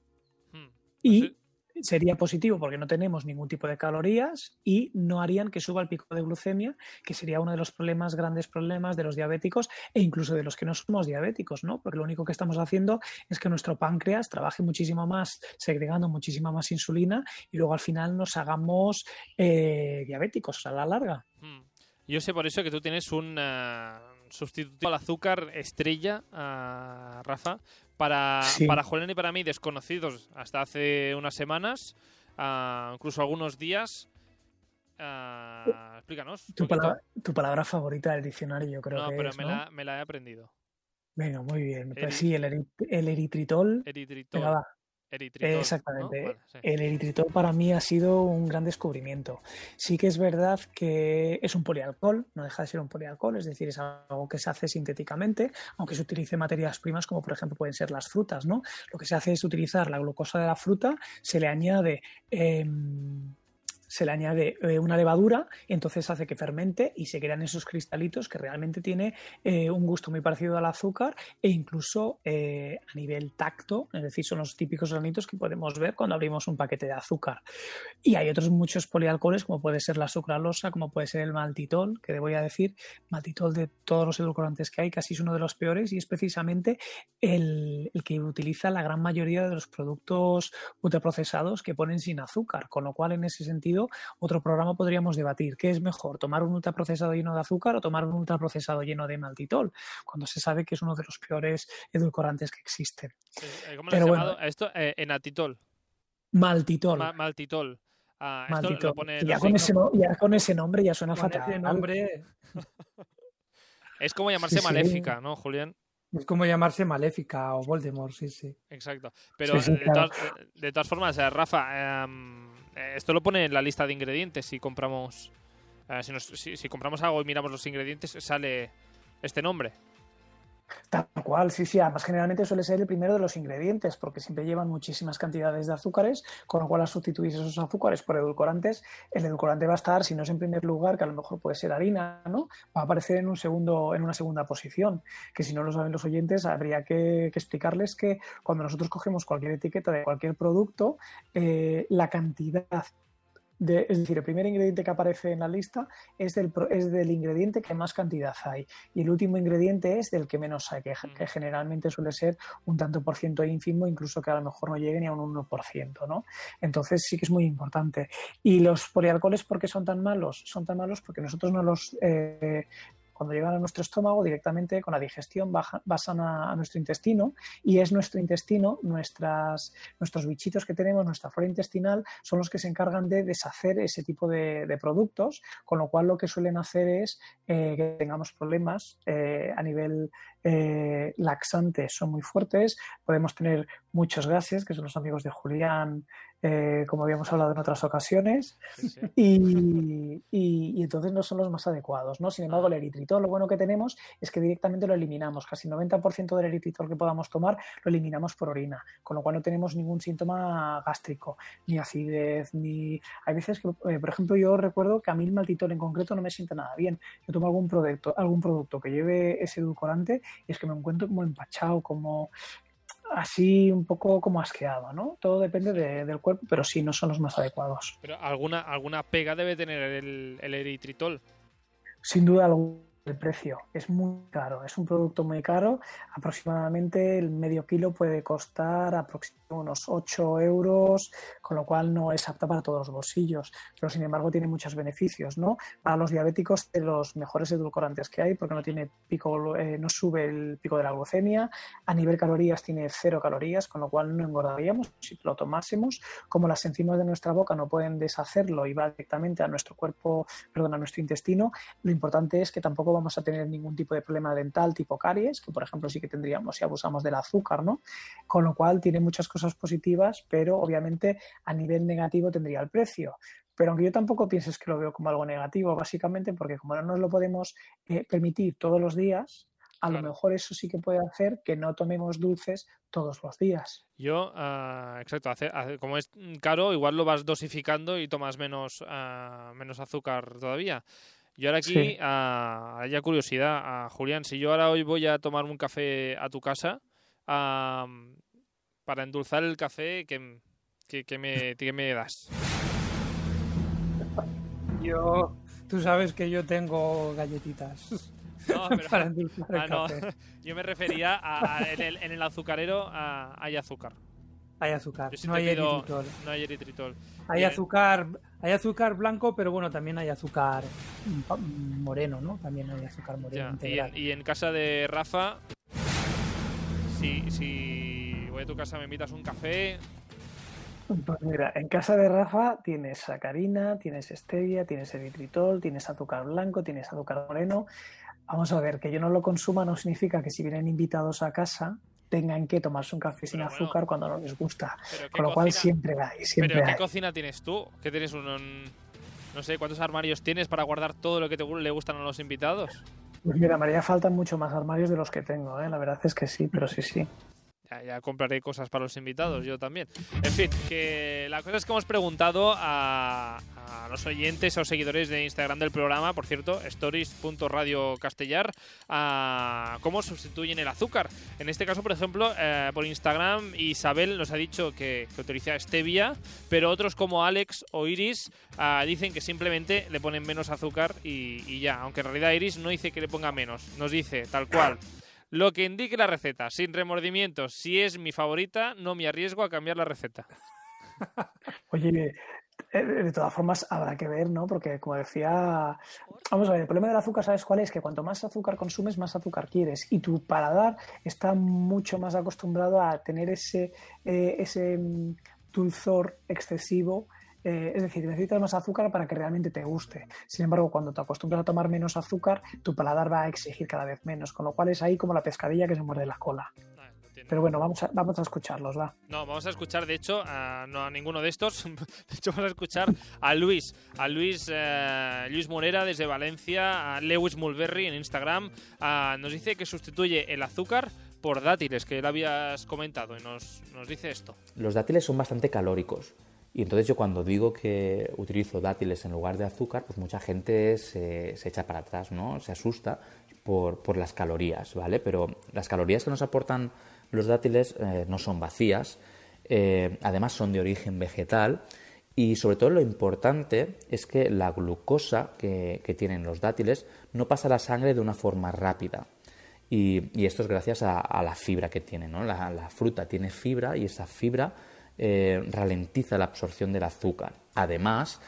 Y sería positivo porque no tenemos ningún tipo de calorías y no harían que suba el pico de glucemia, que sería uno de los grandes problemas de los diabéticos e incluso de los que no somos diabéticos, ¿no? Porque lo único que estamos haciendo es que nuestro páncreas trabaje muchísimo más, segregando muchísima más insulina, y luego al final nos hagamos diabéticos a la larga. Yo sé por eso que tú tienes un sustituto al azúcar estrella, Rafa, para Julián y para mí, desconocidos hasta hace unas semanas, incluso algunos días. Explícanos. Tu palabra favorita del diccionario, yo creo que pero es, ¿no? me la he aprendido. Venga, muy bien. Pues sí, el eritritol. Eritritol. Venga, va. Eritritol, Exactamente. ¿no? Vale, sí. El eritritol para mí ha sido un gran descubrimiento. Sí que es verdad que es un polialcohol, no deja de ser un polialcohol, es decir, es algo que se hace sintéticamente, aunque se utilice materias primas como por ejemplo pueden ser las frutas, ¿no? Lo que se hace es utilizar la glucosa de la fruta, se le añade una levadura, entonces hace que fermente y se crean esos cristalitos que realmente tiene un gusto muy parecido al azúcar e incluso a nivel tacto, es decir, son los típicos granitos que podemos ver cuando abrimos un paquete de azúcar. Y hay otros muchos polialcoholes, como puede ser la sucralosa, como puede ser el maltitol, que voy a decir, maltitol de todos los edulcorantes que hay, casi es uno de los peores y es precisamente el que utiliza la gran mayoría de los productos ultraprocesados que ponen sin azúcar, con lo cual en ese sentido otro programa podríamos debatir qué es mejor, tomar un ultraprocesado lleno de azúcar o tomar un ultraprocesado lleno de maltitol, cuando se sabe que es uno de los peores edulcorantes que existen. ¿Cómo le has llamado a esto? Enatitol. Maltitol. Maltitol. Maltitol. Esto lo pone Ya con ese nombre ya suena fatal. Ese nombre... Es como llamarse Maléfica, ¿no, Julián? Es como llamarse Maléfica o Voldemort, sí. Exacto. Pero claro. de todas formas, Rafa, esto lo pone en la lista de ingredientes. Si compramos si compramos algo y miramos los ingredientes, sale este nombre. Tal cual, sí. Además, generalmente suele ser el primero de los ingredientes porque siempre llevan muchísimas cantidades de azúcares, con lo cual al sustituir esos azúcares por edulcorantes, el edulcorante va a estar, si no es en primer lugar, que a lo mejor puede ser harina, ¿no? Va a aparecer en una segunda posición, que si no lo saben los oyentes, habría que explicarles que cuando nosotros cogemos cualquier etiqueta de cualquier producto, la cantidad es decir, el primer ingrediente que aparece en la lista es del ingrediente que más cantidad hay y el último ingrediente es del que menos hay, que generalmente suele ser un tanto por ciento ínfimo, incluso que a lo mejor no llegue ni a un 1%, ¿no? Entonces sí que es muy importante. ¿Y los polialcoholes por qué son tan malos? Son tan malos porque nosotros no los... cuando llegan a nuestro estómago, directamente con la digestión bajan a nuestro intestino y es nuestro intestino, nuestros bichitos que tenemos, nuestra flora intestinal, son los que se encargan de deshacer ese tipo de productos, con lo cual lo que suelen hacer es que tengamos problemas a nivel laxantes, son muy fuertes, podemos tener muchos gases, que son los amigos de Julián, como habíamos hablado en otras ocasiones, sí. Y entonces no son los más adecuados, ¿no? Sin embargo, el eritritol, lo bueno que tenemos es que directamente lo eliminamos, casi 90% del eritritol que podamos tomar lo eliminamos por orina, con lo cual no tenemos ningún síntoma gástrico, ni acidez, ni... Hay veces que, por ejemplo, yo recuerdo que a mí el maltitol en concreto no me sienta nada bien. Yo tomo algún producto que lleve ese edulcorante y es que me encuentro como empachado, como... así un poco como asqueado, ¿no? Todo depende del cuerpo, pero sí, no son los más adecuados. Pero alguna pega debe tener el eritritol. Sin duda alguna. El precio es muy caro, es un producto muy caro, aproximadamente el medio kilo puede costar aproximadamente unos 8 euros, con lo cual no es apta para todos los bolsillos, pero sin embargo tiene muchos beneficios, ¿no? Para los diabéticos, de los mejores edulcorantes que hay, porque no tiene no sube el pico de la glucemia, a nivel calorías tiene 0 calorías, con lo cual no engordaríamos si lo tomásemos. Como las enzimas de nuestra boca no pueden deshacerlo y va directamente a nuestro a nuestro intestino, lo importante es que tampoco vamos a tener ningún tipo de problema dental tipo caries, que por ejemplo sí que tendríamos si abusamos del azúcar, ¿no? Con lo cual tiene muchas cosas positivas, pero obviamente a nivel negativo tendría el precio. Pero aunque yo tampoco pienses que lo veo como algo negativo, básicamente porque como no nos lo podemos permitir todos los días, a lo mejor eso sí que puede hacer que no tomemos dulces todos los días. Yo, exacto, como es caro, igual lo vas dosificando y tomas menos azúcar todavía. Yo ahora aquí, sí. Haya curiosidad, Julián, si yo ahora hoy voy a tomar un café a tu casa, para endulzar el café, ¿qué me das? Tú sabes que yo tengo galletitas. No, pero, para endulzar el café. No, yo me refería en el azucarero hay azúcar. Hay azúcar, Sí no hay eritritol. No hay eritritol. Hay azúcar blanco, pero bueno, también hay azúcar moreno, ¿no? También hay azúcar moreno integral. Y en casa de Rafa, si voy a tu casa me invitas un café... Pues mira, en casa de Rafa tienes sacarina, tienes stevia, tienes eritritol, tienes azúcar blanco, tienes azúcar moreno. Vamos a ver, que yo no lo consuma no significa que si vienen invitados a casa tengan que tomarse un café sin azúcar cuando no les gusta. Pero con lo cual siempre hay, siempre ¿Pero hay. qué cocina tienes tú? ¿Qué tienes no sé, ¿cuántos armarios tienes para guardar todo lo que le gustan a los invitados? Pues mira, me haría falta mucho más armarios de los que tengo, ¿eh? La verdad es que sí, pero sí. Ya compraré cosas para los invitados, yo también. En fin, que la cosa es que hemos preguntado a los oyentes o seguidores de Instagram del programa, por cierto, stories.radiocastellar, a cómo sustituyen el azúcar. En este caso, por ejemplo, por Instagram, Isabel nos ha dicho que utiliza stevia, pero otros como Alex o Iris dicen que simplemente le ponen menos azúcar y ya. Aunque en realidad Iris no dice que le ponga menos, nos dice tal cual. Lo que indique la receta, sin remordimientos. Si es mi favorita, no me arriesgo a cambiar la receta. Oye, de todas formas habrá que ver, ¿no? Porque como decía, vamos a ver, el problema del azúcar, ¿sabes cuál es? Que cuanto más azúcar consumes, más azúcar quieres. Y tu paladar está mucho más acostumbrado a tener ese dulzor excesivo. Es decir, necesitas más azúcar para que realmente te guste. Sin embargo, cuando te acostumbras a tomar menos azúcar, tu paladar va a exigir cada vez menos, con lo cual es ahí como la pescadilla que se muerde la cola. Pero bueno, vamos a escucharlos, va. No, vamos a escuchar, de hecho, no a ninguno de estos. De hecho, vamos a escuchar a Luis Morera desde Valencia, a Lewis Mulberry en Instagram. Nos dice que sustituye el azúcar por dátiles, que él habías comentado, y nos dice esto. Los dátiles son bastante calóricos. Y entonces yo cuando digo que utilizo dátiles en lugar de azúcar, pues mucha gente se echa para atrás, ¿no? Se asusta por las calorías, ¿vale? Pero las calorías que nos aportan los dátiles no son vacías, además son de origen vegetal y sobre todo lo importante es que la glucosa que tienen los dátiles no pasa a la sangre de una forma rápida. Y esto es gracias a la fibra que tiene, ¿no? La fruta tiene fibra y esa fibra ralentiza la absorción del azúcar. Además,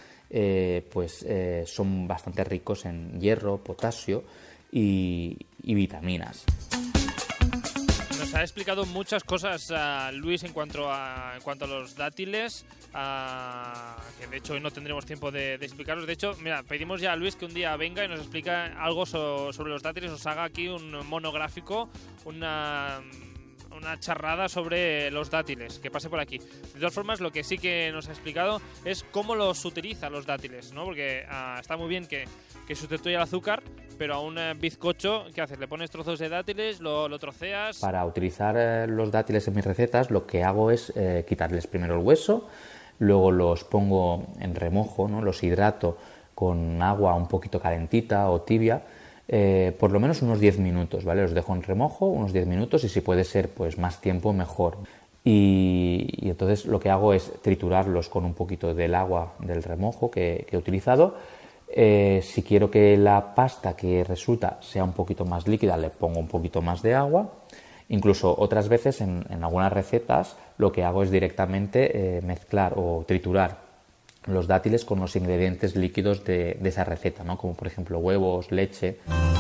son bastante ricos en hierro, potasio y vitaminas. Nos ha explicado muchas cosas Luis en cuanto a los dátiles, que de hecho hoy no tendremos tiempo de explicarlos. De hecho, mira, pedimos ya a Luis que un día venga y nos explica algo sobre los dátiles, nos haga aquí un monográfico, una charrada sobre los dátiles, que pase por aquí. De todas formas, lo que sí que nos ha explicado es cómo los utiliza los dátiles, ¿no? Porque está muy bien que sustituya el azúcar, pero a un bizcocho, ¿qué haces? Le pones trozos de dátiles, lo troceas. Para utilizar los dátiles en mis recetas, lo que hago es quitarles primero el hueso, luego los pongo en remojo, ¿no? Los hidrato con agua un poquito calentita o tibia, por lo menos unos 10 minutos, ¿vale? Los dejo en remojo unos 10 minutos y si puede ser pues más tiempo mejor. Y entonces lo que hago es triturarlos con un poquito del agua del remojo que he utilizado. Si quiero que la pasta que resulta sea un poquito más líquida, le pongo un poquito más de agua. Incluso otras veces en algunas recetas lo que hago es directamente mezclar o triturar los dátiles con los ingredientes líquidos de esa receta, ¿no? Como por ejemplo huevos, leche.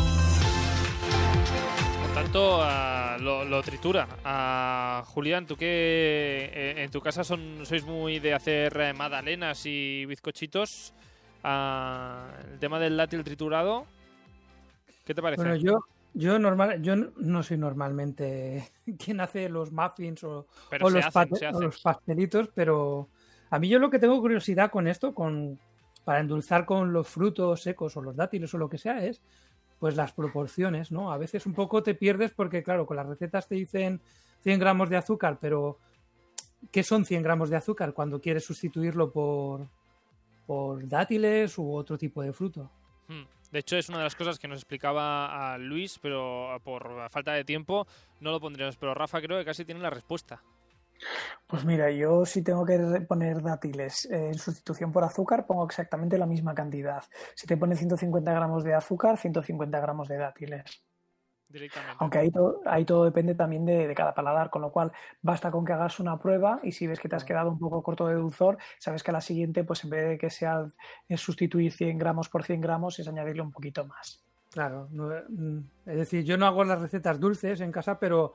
Por tanto, lo tritura. Julián, ¿tú qué en tu casa sois muy de hacer magdalenas y bizcochitos? El tema del dátil triturado, ¿qué te parece? Bueno, yo no soy normalmente quien hace los muffins o los pastelitos, pero a mí yo lo que tengo curiosidad con esto, para endulzar con los frutos secos o los dátiles o lo que sea, es pues las proporciones, ¿no? A veces un poco te pierdes porque, claro, con las recetas te dicen 100 gramos de azúcar, pero ¿qué son 100 gramos de azúcar cuando quieres sustituirlo por dátiles u otro tipo de fruto? De hecho, es una de las cosas que nos explicaba a Luis, pero por falta de tiempo no lo pondríamos. Pero Rafa creo que casi tiene la respuesta. Pues mira, yo si tengo que poner dátiles en sustitución por azúcar, pongo exactamente la misma cantidad. Si te pones 150 gramos de azúcar, 150 gramos de dátiles. Directamente. Aunque ahí todo depende también de cada paladar, con lo cual basta con que hagas una prueba y si ves que te has quedado un poco corto de dulzor, sabes que a la siguiente, pues en vez de que sea sustituir 100 gramos por 100 gramos, es añadirle un poquito más. Claro, es decir, yo no hago las recetas dulces en casa, pero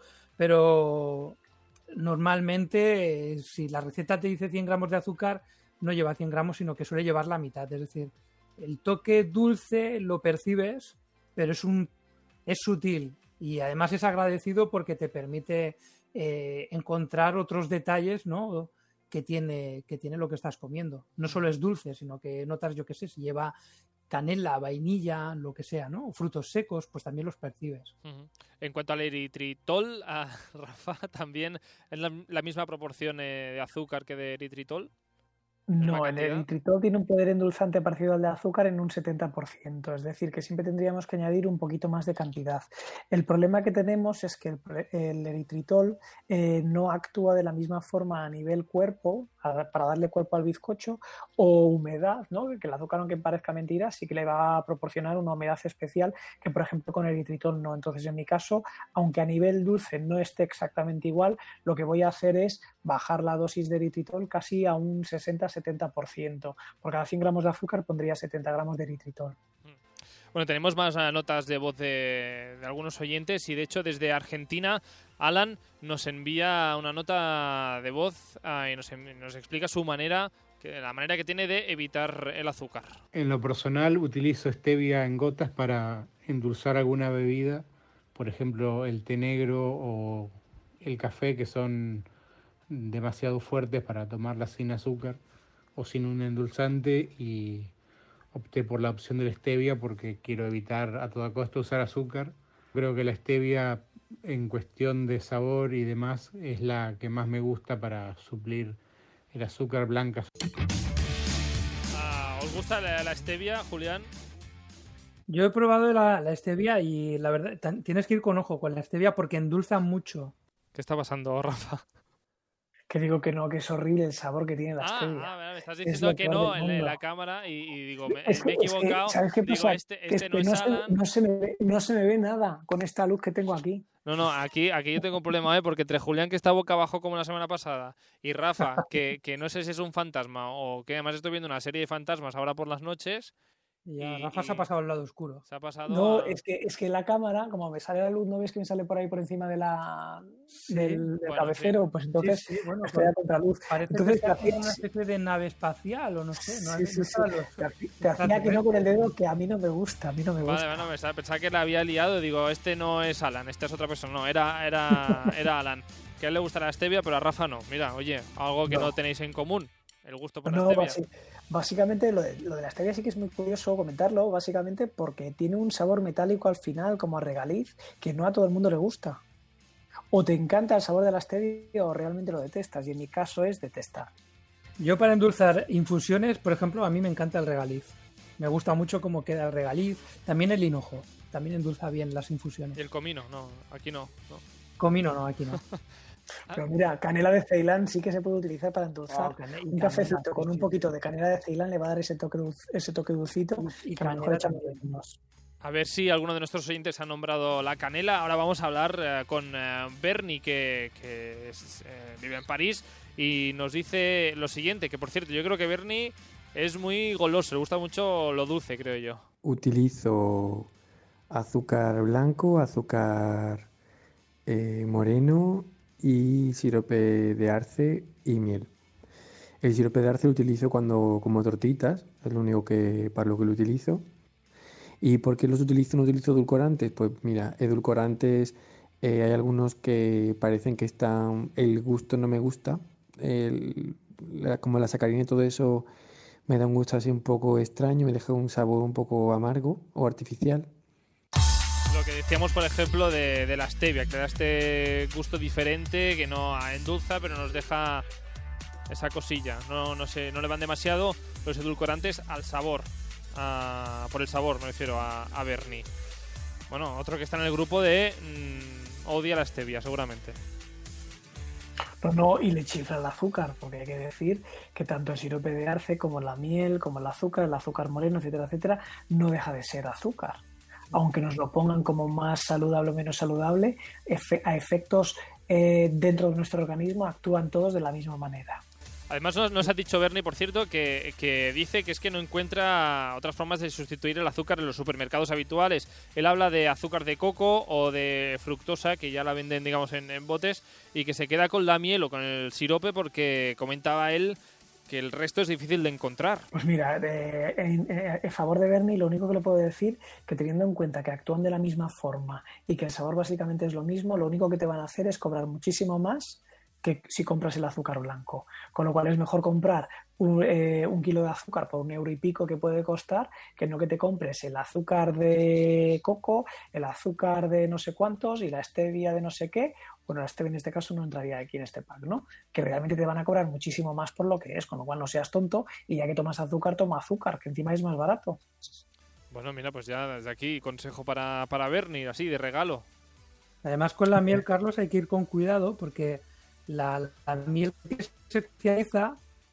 normalmente si la receta te dice 100 gramos de azúcar, no lleva 100 gramos, sino que suele llevar la mitad. Es decir, el toque dulce lo percibes, pero es sutil y además es agradecido porque te permite encontrar otros detalles, ¿no?, que tiene lo que estás comiendo. No solo es dulce, sino que notas, yo qué sé, si lleva canela, vainilla, lo que sea, ¿no? O frutos secos, pues también los percibes. En cuanto al eritritol, Rafa, ¿también es la misma proporción de azúcar que de eritritol? No, el eritritol tiene un poder endulzante parecido al de azúcar en un 70%, es decir, que siempre tendríamos que añadir un poquito más de cantidad. El problema que tenemos es que el eritritol no actúa de la misma forma a nivel cuerpo, para darle cuerpo al bizcocho, o humedad, ¿no? Que el azúcar, aunque parezca mentira, sí que le va a proporcionar una humedad especial que, por ejemplo, con el eritritol no. Entonces, en mi caso, aunque a nivel dulce no esté exactamente igual, lo que voy a hacer es bajar la dosis de eritritol casi a un 60-70%. Por cada 100 gramos de azúcar pondría 70 gramos de eritritol. Bueno, tenemos más notas de voz de algunos oyentes y, de hecho, desde Argentina, Alan nos envía una nota de voz y nos explica su manera, la manera que tiene de evitar el azúcar. En lo personal, utilizo stevia en gotas para endulzar alguna bebida, por ejemplo, el té negro o el café, que son demasiado fuertes para tomarlas sin azúcar o sin un endulzante, y opté por la opción de la stevia porque quiero evitar a toda costa usar azúcar. Creo que la stevia, en cuestión de sabor y demás, es la que más me gusta para suplir el azúcar blanca. ¿Os gusta la stevia, Julián? Yo he probado la stevia y la verdad, tienes que ir con ojo con la stevia porque endulza mucho. ¿Qué está pasando, Rafa? Que digo que no, que es horrible el sabor que tiene la stevia. Me estás diciendo que no en la cámara y digo, me he equivocado. ¿Sabes qué pasa? Este no es Alan. No se me ve nada con esta luz que tengo aquí. No, aquí yo tengo un problema, porque entre Julián, que está boca abajo como la semana pasada, y Rafa, que no sé si es un fantasma o que además estoy viendo una serie de fantasmas ahora por las noches. Rafa se ha pasado al lado oscuro. Se ha pasado no, es que la cámara, como me sale la luz, ¿no ves que me sale por ahí por encima del cabecero? Sí. Pues entonces estoy a contraluz. Parece entonces, que es una especie de nave espacial o no sé. Te hacía que no con el dedo, que a mí no me gusta. Vale, bueno, pensaba que la había liado. Digo, este no es Alan, esta es otra persona. No, era Alan. Que a él le gusta la stevia, pero a Rafa no. Mira, oye, algo que no tenéis en común. El gusto por la stevia. Básicamente lo de la stevia sí que es muy curioso comentarlo, básicamente porque tiene un sabor metálico al final, como a regaliz, que no a todo el mundo le gusta. O te encanta el sabor de la stevia o realmente lo detestas, y en mi caso es detestar. Yo, para endulzar infusiones, por ejemplo, a mí me encanta el regaliz. Me gusta mucho cómo queda el regaliz. También el hinojo, también endulza bien las infusiones. ¿Y el comino? No, aquí no. Comino no, aquí no. Pero mira, canela de Ceilán sí que se puede utilizar para endulzar. Un cafecito con un poquito de canela de Ceilán le va a dar ese toque dulcito y que a lo mejor echamos menos. A ver si alguno de nuestros oyentes ha nombrado la canela. Ahora vamos a hablar con Bernie, que vive en París, y nos dice lo siguiente, que por cierto, yo creo que Bernie es muy goloso, le gusta mucho lo dulce, creo yo. Utilizo azúcar blanco, azúcar moreno y sirope de arce y miel. El sirope de arce lo utilizo cuando como tortitas, es lo único para lo que lo utilizo. ¿Y por qué los utilizo? No utilizo edulcorantes. Pues mira, edulcorantes hay algunos que parecen que el gusto no me gusta, como la sacarina y todo eso me da un gusto así un poco extraño, me deja un sabor un poco amargo o artificial. Lo que decíamos, por ejemplo, de la stevia, que da este gusto diferente, que no endulza, pero nos deja esa cosilla. No le van demasiado los edulcorantes al sabor. Por el sabor, me refiero a Bernie. Bueno, otro que está en el grupo de odia la stevia, seguramente. No, y le chifla el azúcar, porque hay que decir que tanto el sirope de arce como la miel, como el azúcar moreno, etcétera, etcétera, no deja de ser azúcar. Aunque nos lo pongan como más saludable o menos saludable, a efectos dentro de nuestro organismo actúan todos de la misma manera. Además nos ha dicho Bernie, por cierto, que dice que es que no encuentra otras formas de sustituir el azúcar en los supermercados habituales. Él habla de azúcar de coco o de fructosa, que ya la venden, digamos, en botes, y que se queda con la miel o con el sirope porque, comentaba él, que el resto es difícil de encontrar. Pues mira, en favor de Bernie, lo único que le puedo decir que teniendo en cuenta que actúan de la misma forma y que el sabor básicamente es lo mismo, lo único que te van a hacer es cobrar muchísimo más que si compras el azúcar blanco. Con lo cual es mejor comprar un kilo de azúcar por €1 y pico que puede costar, que no que te compres el azúcar de coco, el azúcar de no sé cuántos y la stevia de no sé qué. Bueno, la stevia en este caso no entraría aquí en este pack, ¿no? Que realmente te van a cobrar muchísimo más por lo que es, con lo cual no seas tonto y ya que tomas azúcar, toma azúcar, que encima es más barato. Bueno, mira, pues ya desde aquí consejo para Bernie, así de regalo. Además, con la miel, Carlos, hay que ir con cuidado porque la miel que se comercializa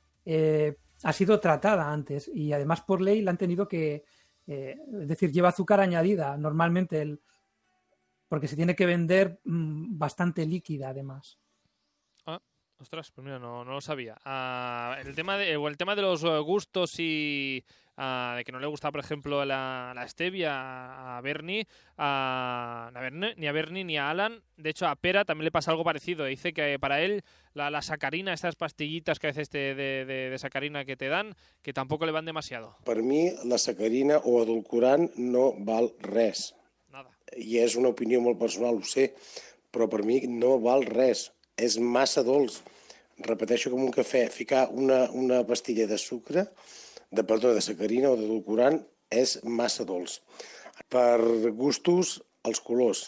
ha sido tratada antes y además por ley la han tenido que, es decir, lleva azúcar añadida normalmente, porque se tiene que vender bastante líquida además. Ostras, pues mira, no lo sabía. El tema de los gustos y de que no le gusta, por ejemplo, la stevia a Bernie, ni a Bernie ni a Alan. De hecho, a Pera también le pasa algo parecido. Dice que para él la sacarina, estas pastillitas que a veces de sacarina que te dan, que tampoco le van demasiado. Per mi, la sacarina o edulcorant no val res. Nada. I és una opinió molt personal, ho sé, però per mi no val res. És massa dolç. Repeteixo, com un cafè. Ficar una pastilla de sucre, de sacarina o d'edulcorant, és massa dolç. Per gustos, els colors.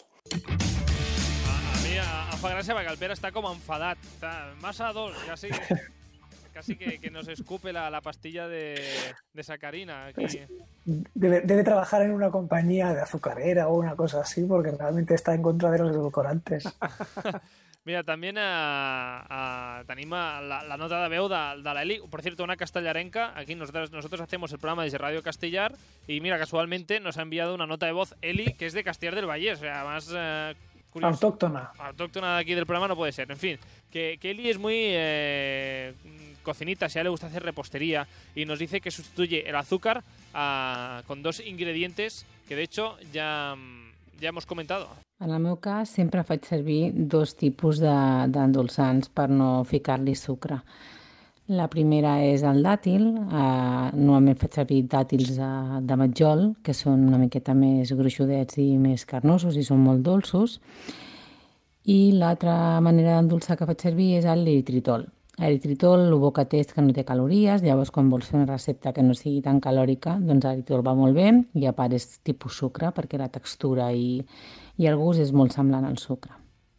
A mi em fa gràcia perquè el Pere està com enfadat. Està massa dolç, casi que nos escupe la pastilla de sacarina. Aquí. Debe trabajar en una compañía de azucarera o una cosa así, porque realmente está en contra de los edulcorantes. Mira, també tenim la nota de veu de la Eli. Por cierto, una castellarenca. Aquí nosotros hacemos el programa desde Radio Castellar y mira, casualmente nos ha enviado una nota de voz Eli, que es de Castellar del Vallès. O sea, más curioso. Autóctona de aquí del programa no puede ser. En fin, que Eli es muy cocinita, si a él le gusta hacer repostería y nos dice que sustituye el azúcar con 2 ingredientes que de hecho ya hemos comentado. En el meu cas sempre faig servir 2 tipus d'endolçants per no ficar-li sucre. La primera és el dàtil, normalment faig servir dàtils de matjol, que són una miqueta més gruixudets i més carnosos i són molt dolços. I l'altra manera d'endolçar que faig servir és l'eritritol. L'eritritol, el bo que té és que no té calories, llavors quan vols fer una recepta que no sigui tan calòrica, doncs l'eritritol va molt bé i a part és tipus sucre perquè la textura i el gust es molt semblant al sucre.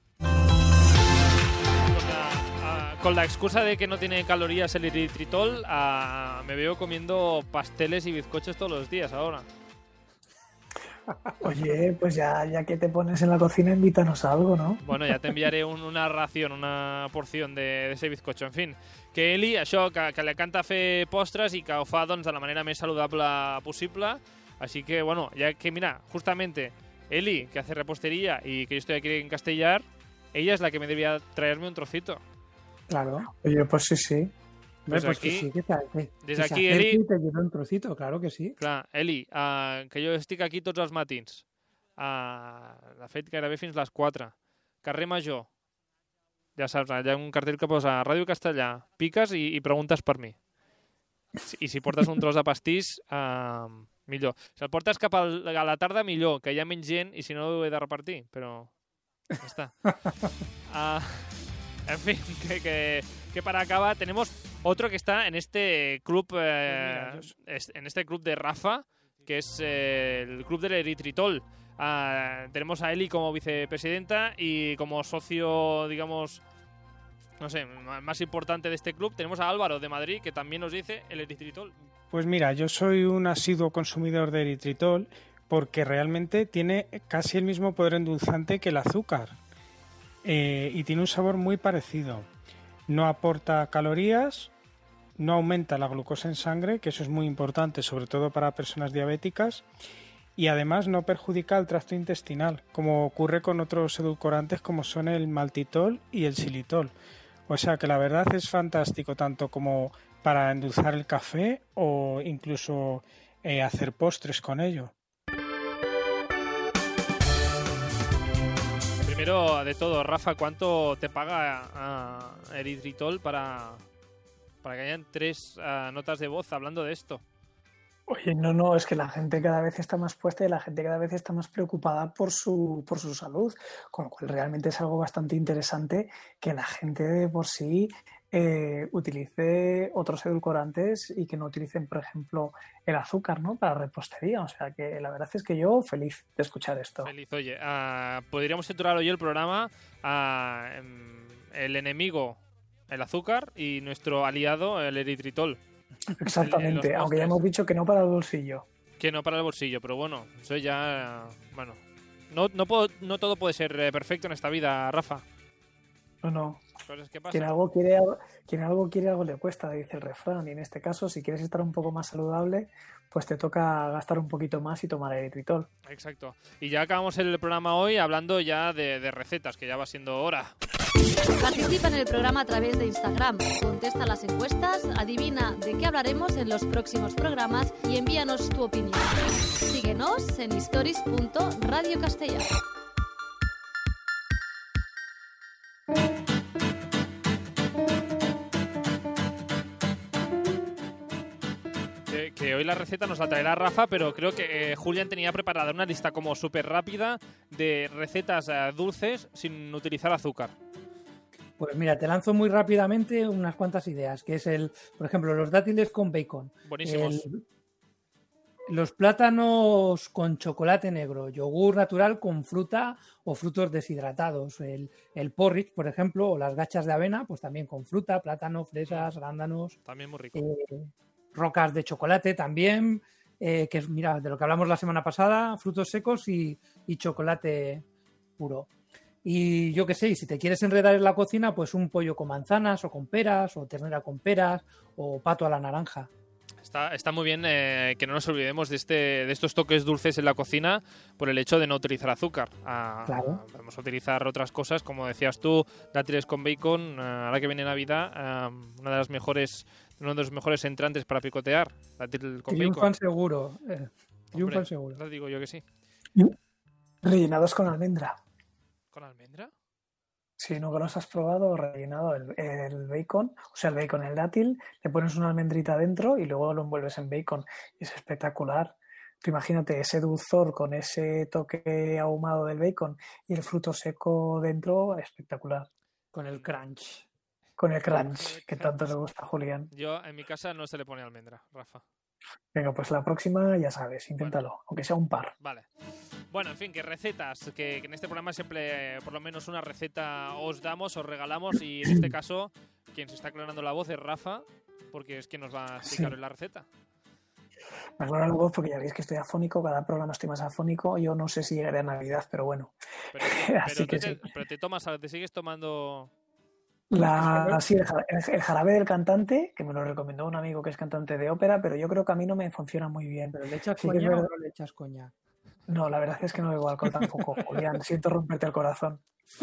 Con la excusa de que no tiene calorías el eritritol, me veo comiendo pasteles y bizcochos todos los días ahora. Oye, pues ya que te pones en la cocina, invítanos a algo, ¿no? Bueno, ja t'enviaré una ració, una porció d'ese bizcocho. En fin, que Eli, això, que li encanta fer postres i que ho fa doncs, de la manera més saludable possible. Així que, bueno, ya que, mira, justamente Eli, que hace repostería y que yo estoy aquí en Castellar, ella es la que me debía traerme un trocito. Claro. Oye, pues sí. Pues aquí, que sí, des d'aquí, Eli... te lleva un trocito, claro que sí. Clar, Eli, que jo estic aquí tots els matins. De fet, gairebé fins les 4. Carrer Major. Ja saps, allà hi ha un cartell que posa Ràdio Castellà. Piques i preguntes per mi. I si portes un tros de pastís, millor. Si el portes cap a la tarda, millor, que hi ha menys gent i si no ho he de repartir, però ja està. En fin, que para acabar tenemos otro que está en este club de Rafa, que es el club del eritritol. Tenemos a Eli como vicepresidenta y como socio, digamos, no sé, más importante de este club. Tenemos a Álvaro de Madrid, que también nos dice el eritritol. Pues mira, yo soy un asiduo consumidor de eritritol porque realmente tiene casi el mismo poder endulzante que el azúcar. Y tiene un sabor muy parecido. No aporta calorías, no aumenta la glucosa en sangre, que eso es muy importante, sobre todo para personas diabéticas, y además no perjudica el tracto intestinal, como ocurre con otros edulcorantes como son el maltitol y el xilitol. O sea que la verdad es fantástico, tanto como para endulzar el café o incluso hacer postres con ello. Primero de todo, Rafa, ¿cuánto te paga eritritol para para que hayan 3 notas de voz hablando de esto. Oye, no, es que la gente cada vez está más puesta y la gente cada vez está más preocupada por su salud, con lo cual realmente es algo bastante interesante que la gente de por sí utilice otros edulcorantes y que no utilicen, por ejemplo, el azúcar, ¿no? Para repostería. O sea que la verdad es que yo feliz de escuchar esto. Feliz, oye. Podríamos titular hoy el programa el enemigo, el azúcar, y nuestro aliado, el eritritol. Exactamente, aunque ya hemos dicho que no para el bolsillo. Que no para el bolsillo, pero bueno, eso ya... Bueno, no todo puede ser perfecto en esta vida, Rafa. No. Cosas que pasan. Quien algo quiere, algo le cuesta, dice el refrán. Y en este caso, si quieres estar un poco más saludable, pues te toca gastar un poquito más y tomar eritritol. Exacto. Y ya acabamos el programa hoy hablando ya de recetas, que ya va siendo hora. Participa en el programa a través de Instagram, contesta las encuestas, adivina de qué hablaremos en los próximos programas y envíanos tu opinión. Síguenos en stories.radiocastellà. Que hoy la receta nos la traerá Rafa, pero creo que Julián tenía preparada una lista como súper rápida de recetas dulces sin utilizar azúcar. Pues mira, te lanzo muy rápidamente unas cuantas ideas, que es por ejemplo, los dátiles con bacon. Buenísimos. Los plátanos con chocolate negro, yogur natural con fruta o frutos deshidratados, el porridge, por ejemplo, o las gachas de avena, pues también con fruta, plátano, fresas, arándanos. También muy rico. Rocas de chocolate también, que es, mira, de lo que hablamos la semana pasada, frutos secos y chocolate puro. Y yo qué sé, si te quieres enredar en la cocina, pues un pollo con manzanas o con peras, o ternera con peras, o pato a la naranja. Está muy bien que no nos olvidemos de estos toques dulces en la cocina por el hecho de no utilizar azúcar. Claro. Podemos utilizar otras cosas, como decías tú, dátiles con bacon. Ahora que viene Navidad, uno de los mejores entrantes para picotear, dátil con bacon. Triunfan seguro. Triunfan seguro. Lo digo yo que sí. Rellenados con almendra. ¿Con almendra? Si no los has probado, rellenado el bacon, o sea, el dátil, le pones una almendrita dentro y luego lo envuelves en bacon. Y es espectacular. Tú imagínate ese dulzor con ese toque ahumado del bacon y el fruto seco dentro, espectacular. Con el crunch. Con el crunch, que tanto le gusta a Julián. Yo, en mi casa no se le pone almendra, Rafa. Venga, pues la próxima ya sabes, inténtalo, bueno, aunque sea un par. Vale. Bueno, en fin, que recetas, que en este programa siempre por lo menos una receta os damos, os regalamos, y en este caso quien se está aclarando la voz es Rafa, porque es quien nos va a explicar la receta. Me aclaro la voz porque ya veis que estoy afónico, cada programa estoy más afónico, yo no sé si llegaré a Navidad, pero bueno. Pero te sigues tomando... Sí, el jarabe del cantante, que me lo recomendó un amigo que es cantante de ópera, pero yo creo que a mí no me funciona muy bien. ¿Pero le echas coñac o no le echas coñac? No, la verdad es que no bebo alcohol tampoco, Julián. Siento romperte el corazón.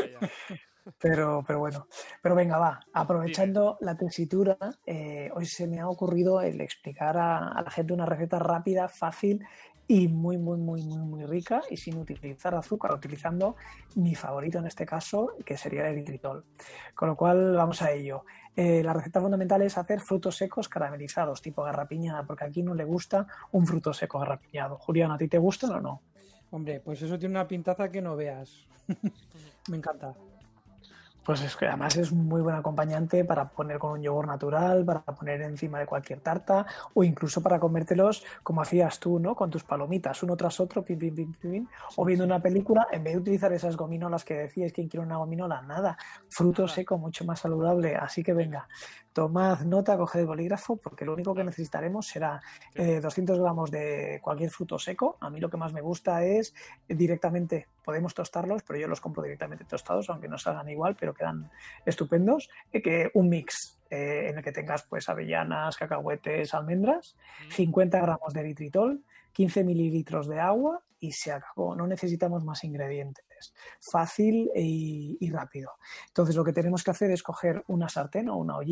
Pero bueno. Pero venga, va. Aprovechando la tesitura, hoy se me ha ocurrido el explicar a la gente una receta rápida, fácil y muy rica y sin utilizar azúcar, utilizando mi favorito en este caso, que sería el eritritol. Con lo cual, vamos a ello. La receta fundamental es hacer frutos secos caramelizados, tipo garrapiñada, porque aquí no le gusta un fruto seco garrapiñado. Julián, ¿a ti te gustan o no? Hombre, pues eso tiene una pintaza que no veas. Me encanta. Pues es que además es un muy buen acompañante para poner con un yogur natural, para poner encima de cualquier tarta o incluso para comértelos como hacías tú, ¿no? Con tus palomitas, uno tras otro, pim, pim, pim, pim, o viendo una película, en vez de utilizar esas gominolas que decías, ¿quién quiere una gominola? Nada, fruto seco, mucho más saludable. Así que venga, tomad nota, coged el bolígrafo, porque lo único que necesitaremos será 200 gramos de cualquier fruto seco. A mí lo que más me gusta es directamente, podemos tostarlos, pero yo los compro directamente tostados, aunque no salgan igual, pero quedan estupendos. Que un mix en el que tengas pues avellanas, cacahuetes, almendras, 50 gramos de eritritol, 15 mililitros de agua y se acabó. No necesitamos más ingredientes. Fácil y rápido. Entonces lo que tenemos que hacer es coger una sartén o una ollita,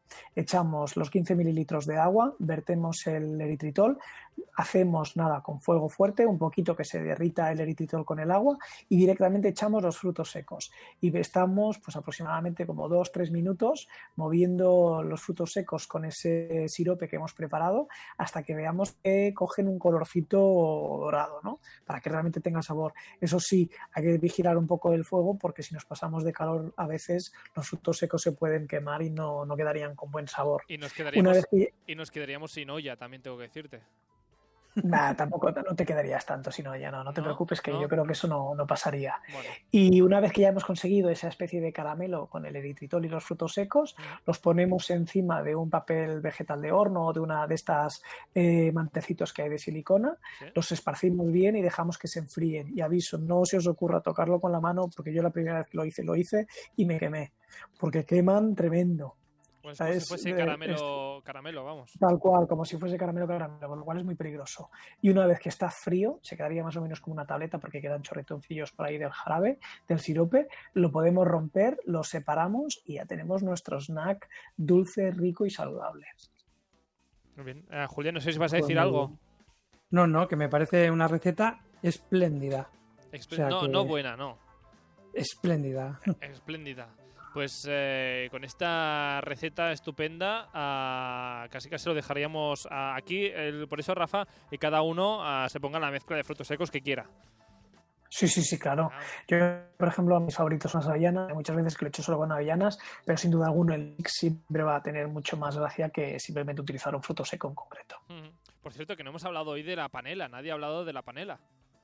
echamos los 15 mililitros de agua, vertemos el eritritol, hacemos nada con fuego fuerte, un poquito que se derrita el eritritol con el agua y directamente echamos los frutos secos y estamos pues aproximadamente como 2-3 minutos moviendo los frutos secos con ese sirope que hemos preparado hasta que veamos que cogen un colorcito dorado, ¿no? Para que realmente tenga sabor. Eso sí, hay que vigilar un poco el fuego porque si nos pasamos de calor a veces los frutos secos se pueden quemar y no quedarían con buen sabor. Y nos quedaríamos sin olla, también tengo que decirte. Nah, tampoco no te quedarías tanto, sino ya no te preocupes, que yo creo que eso no pasaría. Bueno. Y una vez que ya hemos conseguido esa especie de caramelo con el eritritol y los frutos secos, los ponemos encima de un papel vegetal de horno o de una de estas mantecitos que hay de silicona, los esparcimos bien y dejamos que se enfríen. Y aviso, no se os ocurra tocarlo con la mano porque yo la primera vez que lo hice y me quemé, porque queman tremendo. Pues como si fuese caramelo, vamos. Tal cual, como si fuese caramelo, con lo cual es muy peligroso. Y una vez que está frío, se quedaría más o menos como una tableta porque quedan chorretoncillos por ahí del jarabe, del sirope, lo podemos romper, lo separamos y ya tenemos nuestro snack dulce, rico y saludable. Muy bien. Julián, no sé si vas a decir algo. No, que me parece una receta espléndida. No buena, no. Espléndida. Espléndida. Pues con esta receta estupenda, casi lo dejaríamos aquí. Por eso, Rafa, que cada uno se ponga la mezcla de frutos secos que quiera. Sí, claro. Yo, por ejemplo, mis favoritos son las avellanas. Hay muchas veces que lo he hecho solo con avellanas, pero sin duda alguna el mix siempre va a tener mucho más gracia que simplemente utilizar un fruto seco en concreto. Por cierto, que no hemos hablado hoy de la panela. Nadie ha hablado de la panela.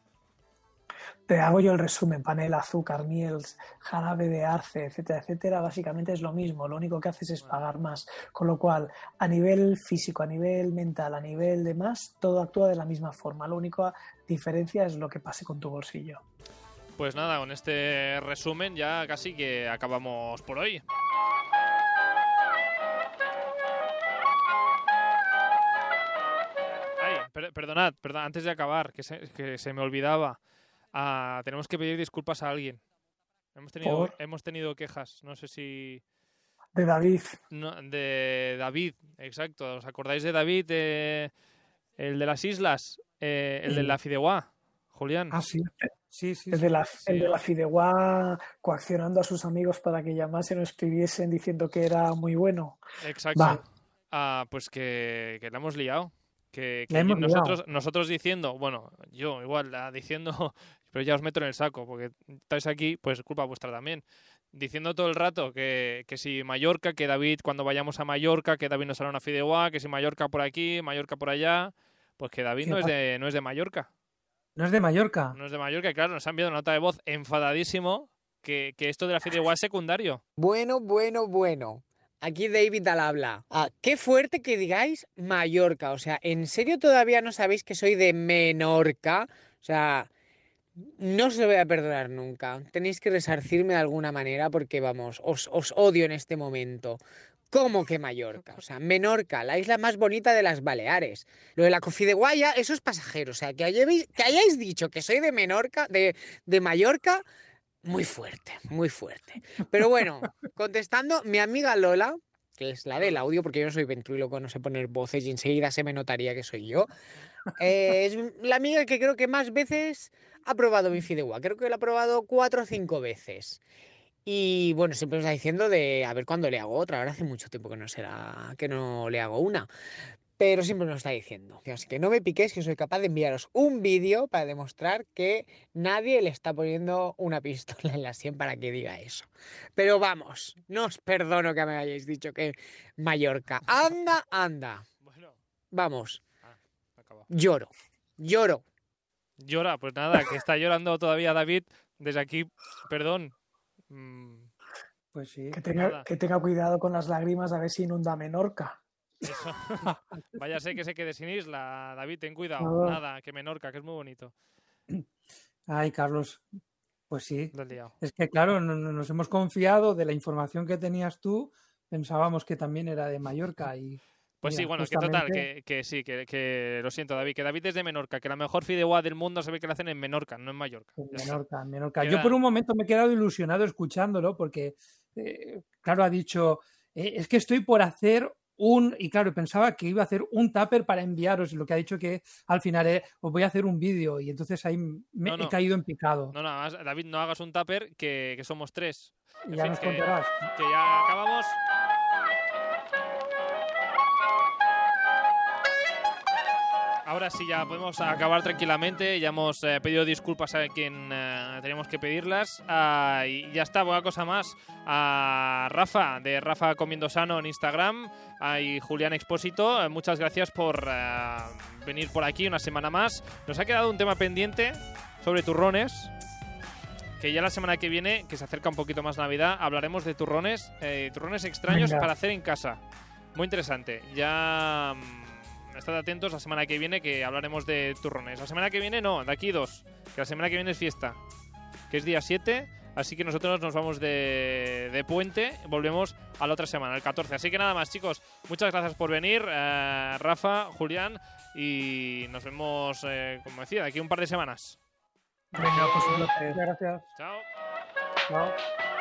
Te hago yo el resumen: panela, azúcar, miel, jarabe de arce, etcétera, etcétera. Básicamente es lo mismo, lo único que haces es pagar más. Con lo cual, a nivel físico, a nivel mental, a nivel de más, todo actúa de la misma forma. La única diferencia es lo que pase con tu bolsillo. Pues nada, con este resumen ya casi que acabamos por hoy. Perdonad, antes de acabar, que se me olvidaba. Tenemos que pedir disculpas a alguien. Hemos tenido quejas, no sé si... De David. No, de David, exacto. ¿Os acordáis de David, el de las islas? El de la Fideuá, Julián. Ah, sí. Sí. El de la Fideuá coaccionando a sus amigos para que llamasen o escribiesen diciendo que era muy bueno. Exacto. Pues que la hemos liado. Que nosotros diciendo, bueno, yo igual diciendo, pero ya os meto en el saco porque estáis aquí, pues culpa vuestra también, diciendo todo el rato que si Mallorca, que David cuando vayamos a Mallorca, que David nos hará una fideuá, que si Mallorca por aquí, Mallorca por allá, pues que David no es de Mallorca. ¿No es de Mallorca? No es de Mallorca, y claro, nos ha enviado una nota de voz enfadadísimo que esto de la fideuá es secundario. Bueno. Aquí David al habla. Qué fuerte que digáis Mallorca. O sea, ¿en serio todavía no sabéis que soy de Menorca? O sea, no os lo voy a perdonar nunca. Tenéis que resarcirme de alguna manera porque, vamos, os odio en este momento. ¿Cómo que Mallorca? O sea, Menorca, la isla más bonita de las Baleares. Lo de la Cofideuá, eso es pasajero. O sea, que hayáis dicho que soy de Menorca, de Mallorca... Muy fuerte. Pero bueno, contestando, mi amiga Lola, que es la del audio, porque yo no soy ventríloco, no sé poner voces y enseguida se me notaría que soy yo, es la amiga que creo que más veces ha probado mi fideuá. Creo que la ha probado 4 o 5 veces. Y bueno, siempre me está diciendo de a ver cuándo le hago otra. Ahora hace mucho tiempo que no le hago una. Pero siempre me lo está diciendo. Así que no me piquéis, que soy capaz de enviaros un vídeo para demostrar que nadie le está poniendo una pistola en la sien para que diga eso. Pero vamos, no os perdono que me hayáis dicho que Mallorca. Anda. Bueno. Vamos. Lloro. Llora, pues nada, que está llorando todavía David. Desde aquí, perdón. Pues sí. Que tenga cuidado con las lágrimas a ver si inunda Menorca. Eso. Váyase que se quede sin isla, David, ten cuidado. Nada, que Menorca, que es muy bonito. Ay, Carlos, pues sí. Lo he liado. Es que claro, nos hemos confiado de la información que tenías tú, pensábamos que también era de Mallorca y... Pues mira, sí, bueno, justamente... que sí, que lo siento, David, que David es de Menorca, que la mejor fideuá del mundo se ve que la hacen en Menorca, no en Mallorca. En Menorca. Yo por un momento me he quedado ilusionado escuchándolo porque, claro, ha dicho... es que estoy por hacer y claro, pensaba que iba a hacer un tupper para enviaros, y lo que ha dicho que al final os voy a hacer un vídeo, y entonces ahí he caído en picado. No, nada más, David, no hagas un tupper, que somos 3. Y ya nos contarás. Que ya acabamos. Ahora sí, ya podemos acabar tranquilamente. Ya hemos pedido disculpas a quien teníamos que pedirlas. Y ya está, buena cosa más. A Rafa, de Rafa Comiendo Sano en Instagram. Y Julián Expósito. Muchas gracias por venir por aquí una semana más. Nos ha quedado un tema pendiente sobre turrones. Que ya la semana que viene, que se acerca un poquito más Navidad, hablaremos de turrones. Turrones extraños para hacer en casa. Muy interesante. Ya... Estad atentos la semana que viene, que hablaremos de turrones. La semana que viene no, de aquí 2. Que la semana que viene es fiesta, que es día 7. Así que nosotros nos vamos de puente. Volvemos a la otra semana, el 14. Así que nada más, chicos. Muchas gracias por venir, Rafa, Julián. Y nos vemos, como decía, de aquí un par de semanas. Venga, pues gracias. Chao. Chao.